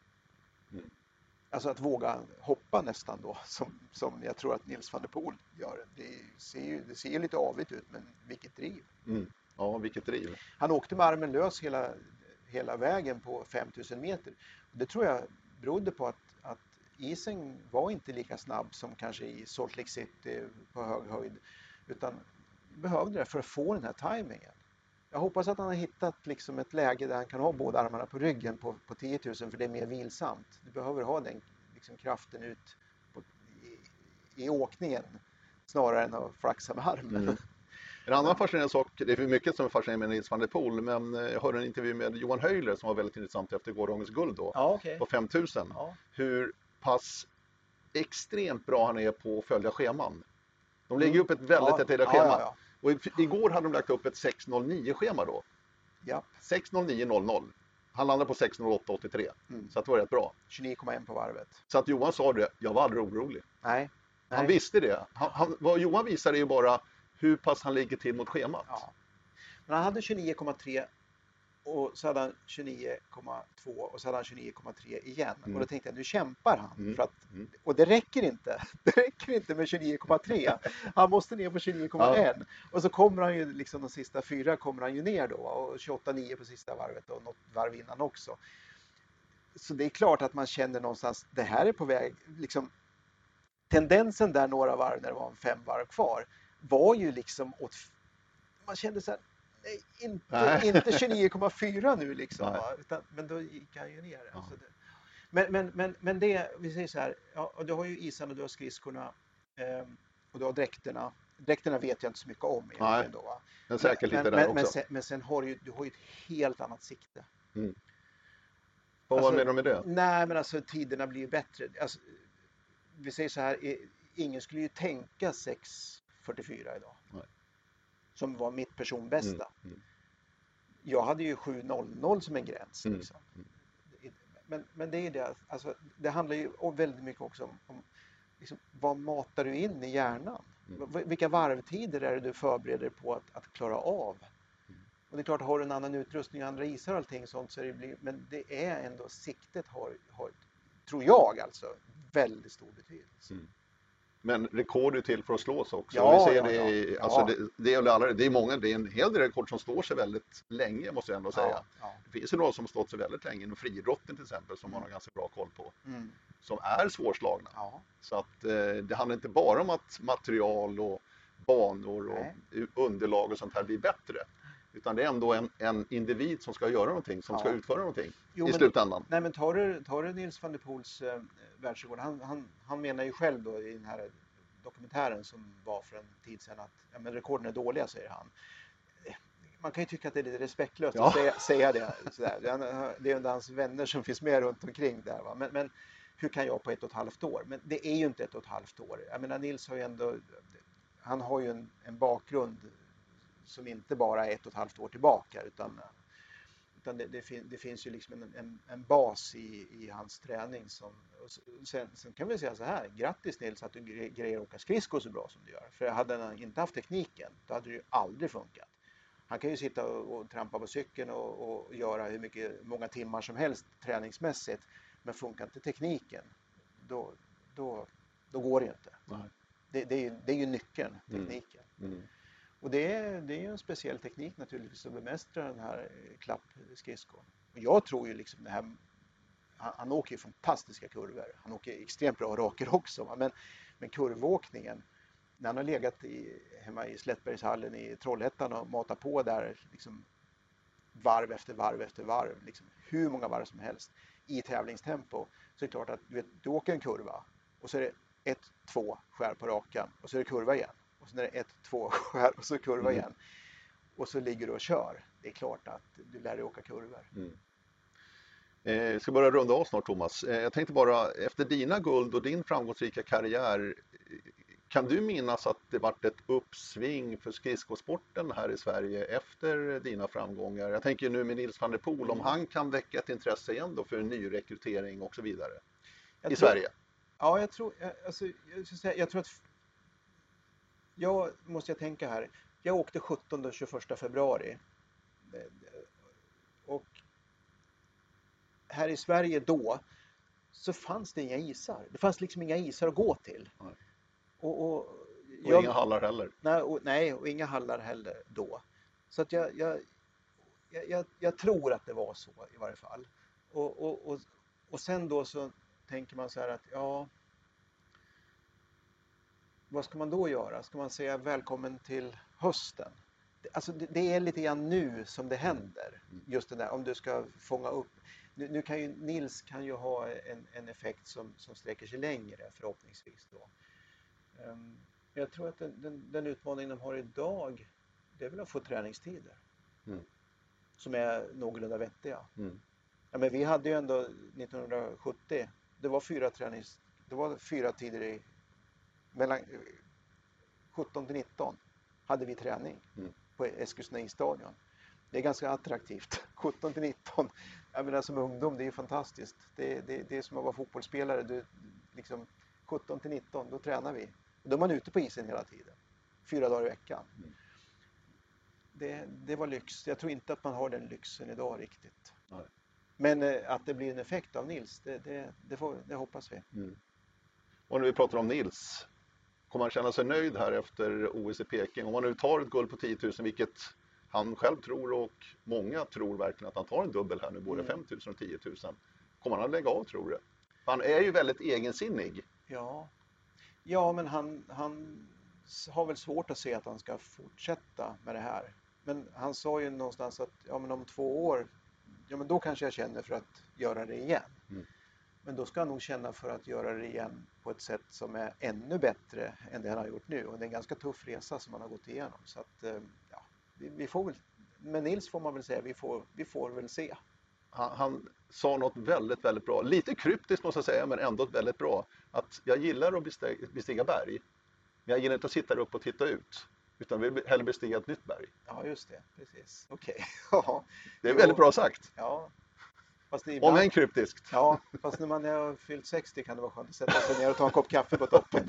Mm. Alltså att våga hoppa nästan då, som, som jag tror att Nils van der Poel gör. Det ser ju, det ser ju lite avigt ut, men vilket driv. Mm. Ja, vilket driv. Han åkte med armen lös hela, hela vägen på femtusen meter. Det tror jag berodde på att, att isen var inte lika snabb som kanske i Salt Lake City på hög höjd, utan behövde det för att få den här tajmingen. Jag hoppas att han har hittat liksom ett läge där han kan ha båda armarna på ryggen på, på tio tusen, för det är mer vilsamt. Du behöver ha den liksom, kraften ut på, i, i åkningen snarare än att flaxa med armen. Mm. En annan fascinerande sak, det är för mycket som är fascinerande med Nils van der Poel, men jag hörde en intervju med Johan Höjler som var väldigt intressant efter gårdagens guld då, ja, okay. på femtusen. Ja. Hur pass extremt bra han är på att följa scheman. De lägger upp ett väldigt ja. detaljerat schema. Ja, ja, ja. Och igår hade de lagt upp ett sex noll nio schema då. Ja. sex noll nio noll noll. Han landade på sex noll åtta åttiotre. Mm. Så det var rätt bra. tjugonio komma ett på varvet. Så att Johan sa det, jag var aldrig orolig. Nej. Han Nej. visste det. Han, han, vad Johan visar är ju bara hur pass han ligger till mot schemat. Ja. Men han hade tjugonio komma tre och så hade han tjugonio komma två och så hade han tjugonio komma tre igen. Mm. Och då tänkte jag, nu kämpar han. Mm. För att, mm. Och det räcker inte. Det räcker inte med tjugonio komma tre. Han måste ner på tjugonio komma ett. Ja. Och så kommer han ju, liksom de sista fyra kommer han ju ner då. Och tjugoåtta nio på sista varvet och något varv innan också. Så det är klart att man känner någonstans, det här är på väg, liksom tendensen där några varv när det var en fem varv kvar var ju liksom åt, man kände så här, nej, inte, nej. inte tjugonio komma fyra nu liksom, utan, men då gick han ju ner. Ja. Alltså det, men, men, men, men det, vi säger så här, ja, du har ju isarna, du har skridskorna eh, och du har dräkterna. Dräkterna vet jag inte så mycket om egentligen då. Va? Men säkert lite men, där men, också. Men sen, men sen har du ju, du har ju ett helt annat sikte. Mm. Vad alltså, menar du med det? Nej, men alltså tiderna blir ju bättre. Alltså, vi säger så här, ingen skulle ju tänka sex fyrtiofyra idag. Nej. Som var mitt personbästa. Mm. Mm. Jag hade ju sju noll noll som en gräns. Mm. Liksom. men, men det är det, alltså, det handlar ju väldigt mycket också om, om liksom, vad matar du in i hjärnan? Mm. Vilka varvtider är det du förbereder på att, att klara av? Mm. Och det är klart, har du en annan utrustning, andra isar och allting sånt, så det blir, men det är ändå, siktet har, har tror jag alltså, väldigt stor betydelse. Mm. Men rekord är till för att slås också. Ja, vi ser ja, det, ja. Alltså ja. det, det, är alla, det är många, det är en hel del rekord som står sig väldigt länge, måste jag ändå säga. Ja, ja. Det finns ju några som stått sig väldigt länge, inom friidrotten till exempel, som mm. man har ganska bra koll på. Mm. Som är svårslagna. Ja. Så att eh, det handlar inte bara om att material och banor och Nej. underlag och sånt här blir bättre. Utan det är ändå en, en individ som ska göra någonting, som ja. ska utföra någonting jo, i men, slutändan. Nej, men tar du, tar du Nils van der Poels eh, världsrekord, han, han, han menar ju själv då i den här dokumentären som var för en tid sedan att ja, men rekorden är dåliga, säger han. Man kan ju tycka att det är lite respektlöst ja. att säga, säga det. Sådär. Det är ju hans vänner som finns med runt omkring där. Va? Men, men hur kan jag på ett och ett halvt år? Men det är ju inte ett och ett halvt år. Jag menar, Nils har ju ändå, han har ju en, en bakgrund som inte bara är ett och ett halvt år tillbaka, utan, utan det, det, fin, det finns ju liksom en, en, en bas i, i hans träning. Som, och sen, sen kan vi säga så här, grattis Nils att du grejer åka skridskor så bra som du gör. För hade han inte haft tekniken, då hade det ju aldrig funkat. Han kan ju sitta och, och trampa på cykeln och, och göra hur mycket, många timmar som helst träningsmässigt, men funkar inte tekniken, då, då, då går det ju inte. Nej. Det, det, är, det är ju nyckeln, tekniken. Mm. Mm. Och det är, det är ju en speciell teknik naturligtvis att bemästra den här klappskridskon. Och jag tror ju liksom det här, han, han åker ju fantastiska kurvor. Han åker extremt bra raker också. Men, men kurvåkningen, när han har legat i, hemma i Slättbergshallen i Trollhättan och matat på där liksom varv efter varv efter varv, liksom hur många varv som helst i tävlingstempo, så är det klart att du, vet, du åker en kurva och så är det ett, två skär på rakan och så är det kurva igen. Och sen är det ett, två skär och så kurva mm. igen. Och så ligger du och kör. Det är klart att du lär dig åka kurvor. Mm. Eh, jag ska börja runda av snart, Thomas. Eh, jag tänkte bara, efter dina guld och din framgångsrika karriär, kan du minnas att det varit ett uppsving för skridskosporten här i Sverige efter dina framgångar? Jag tänker nu med Nils van der Poel, mm. om han kan väcka ett intresse igen då för en ny rekrytering och så vidare jag i tror, Sverige. Ja, jag tror, alltså, jag, ska säga, jag tror att jag måste jag tänka här. Jag åkte sjuttonde och tjugoförsta februari. Och här i Sverige då så fanns det inga isar. Det fanns liksom inga isar att gå till. Nej. Och, och, och jag, inga hallar heller. Nej och, nej, och inga hallar heller då. Så att jag, jag, jag, jag tror att det var så i varje fall. Och, och, och, och sen då så tänker man så här att ja, vad ska man då göra? Ska man säga välkommen till hösten? Alltså det, det är lite grann nu som det händer. Just det där, om du ska fånga upp. Nu, nu kan ju Nils kan ju ha en, en effekt som, som sträcker sig längre förhoppningsvis då. Um, jag tror att den, den, den utmaning de har idag, det är väl att få träningstider. Mm. Som är någorlunda vettiga. Mm. Ja, men vi hade ju ändå nittonhundrasjuttio, det var fyra tränings, det var fyra tider i mellan sjutton till nitton hade vi träning mm. på Eskilstuna isstadion. Det är ganska attraktivt. sjutton till nitton, jag menar som ungdom, det är ju fantastiskt. Det, det, det är som att vara fotbollsspelare. Du, liksom, sjutton till nitton, då tränar vi. Då är man ute på isen hela tiden. Fyra dagar i veckan. Mm. Det, det var lyx. Jag tror inte att man har den lyxen idag riktigt. Nej. Men eh, att det blir en effekt av Nils, det, det, det, får, det hoppas vi. Mm. Och när vi pratar om Nils, kommer han känna sig nöjd här efter O S i Peking? Om han nu tar ett guld på tio tusen, vilket han själv tror och många tror verkligen att han tar en dubbel här nu, både mm. fem tusen och tio tusen. Kommer han att lägga av, tror du? Han är ju väldigt egensinnig. Ja, ja men han, han har väl svårt att se att han ska fortsätta med det här. Men han sa ju någonstans att ja, men om två år, ja men då kanske jag känner för att göra det igen. Mm. Men då ska han nog känna för att göra det igen på ett sätt som är ännu bättre än det han har gjort nu. Och det är en ganska tuff resa som han har gått igenom. Så att, ja, vi, vi får väl, med Nils får man väl säga, vi får, vi får väl se. Han, han sa något väldigt, väldigt bra. Lite kryptiskt måste jag säga, men ändå väldigt bra. Att jag gillar att bestiga, bestiga berg. Men jag gillar inte att sitta upp och titta ut. Utan vill hellre bestiga ett nytt berg. Ja, just det. Precis. Okej. Okay. Det är väldigt bra sagt. Ja. Fast Om ibland, än kryptiskt. ja, fast när man har fyllt sextio kan det vara skönt att sätta sig ner och ta en kopp kaffe på toppen.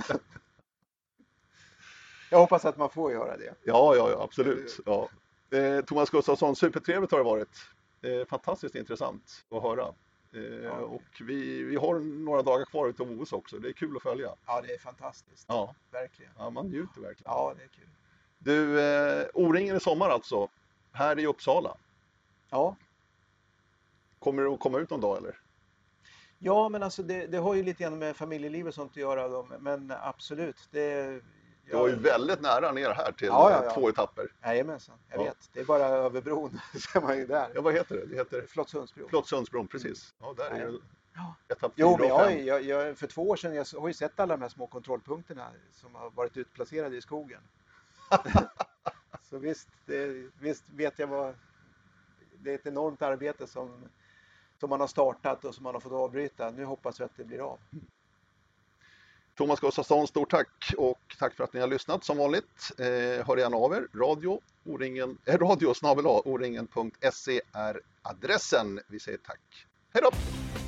Jag hoppas att man får göra det. Ja, ja, ja, absolut. Ja. Eh, Thomas Gustafsson, supertrevligt har det varit. Eh, fantastiskt intressant att höra. Eh, Ja. Och vi, vi har några dagar kvar utav O S också. Det är kul att följa. Ja, det är fantastiskt. Ja, Verkligen. ja man njuter verkligen. Ja, det är kul. Du, eh, O-ringen i sommar alltså. Här i Uppsala. Ja, Kommer det att komma ut någon dag eller? ja men alltså det, det har ju lite grann med familjeliv och sånt att göra. Då, men absolut. Det, Det var ju väldigt nära ner här till Ja, ja, ja. två etapper. Jajamensan, jag Ja. vet. Det är bara över bron så är man ju där. Ja, vad heter det? Det heter Flottsundsbron. Flottsundsbron, precis. Ja, där är Nej. ju Ja. etapp Jo, fyra men och jag, fem. jag, jag, för två år sedan jag har ju sett alla de här små kontrollpunkterna som har varit utplacerade i skogen. Så visst, det, visst vet jag vad... Det är ett enormt arbete som, som man har startat och som man har fått avbryta. Nu hoppas vi att det blir av. Thomas Gustafsson, stort tack och tack för att ni har lyssnat som vanligt. Eh, hör gärna av er. Radio, O-ringen, eh, radio snabel-a, oringen punkt se är adressen. Vi säger tack. Hej då!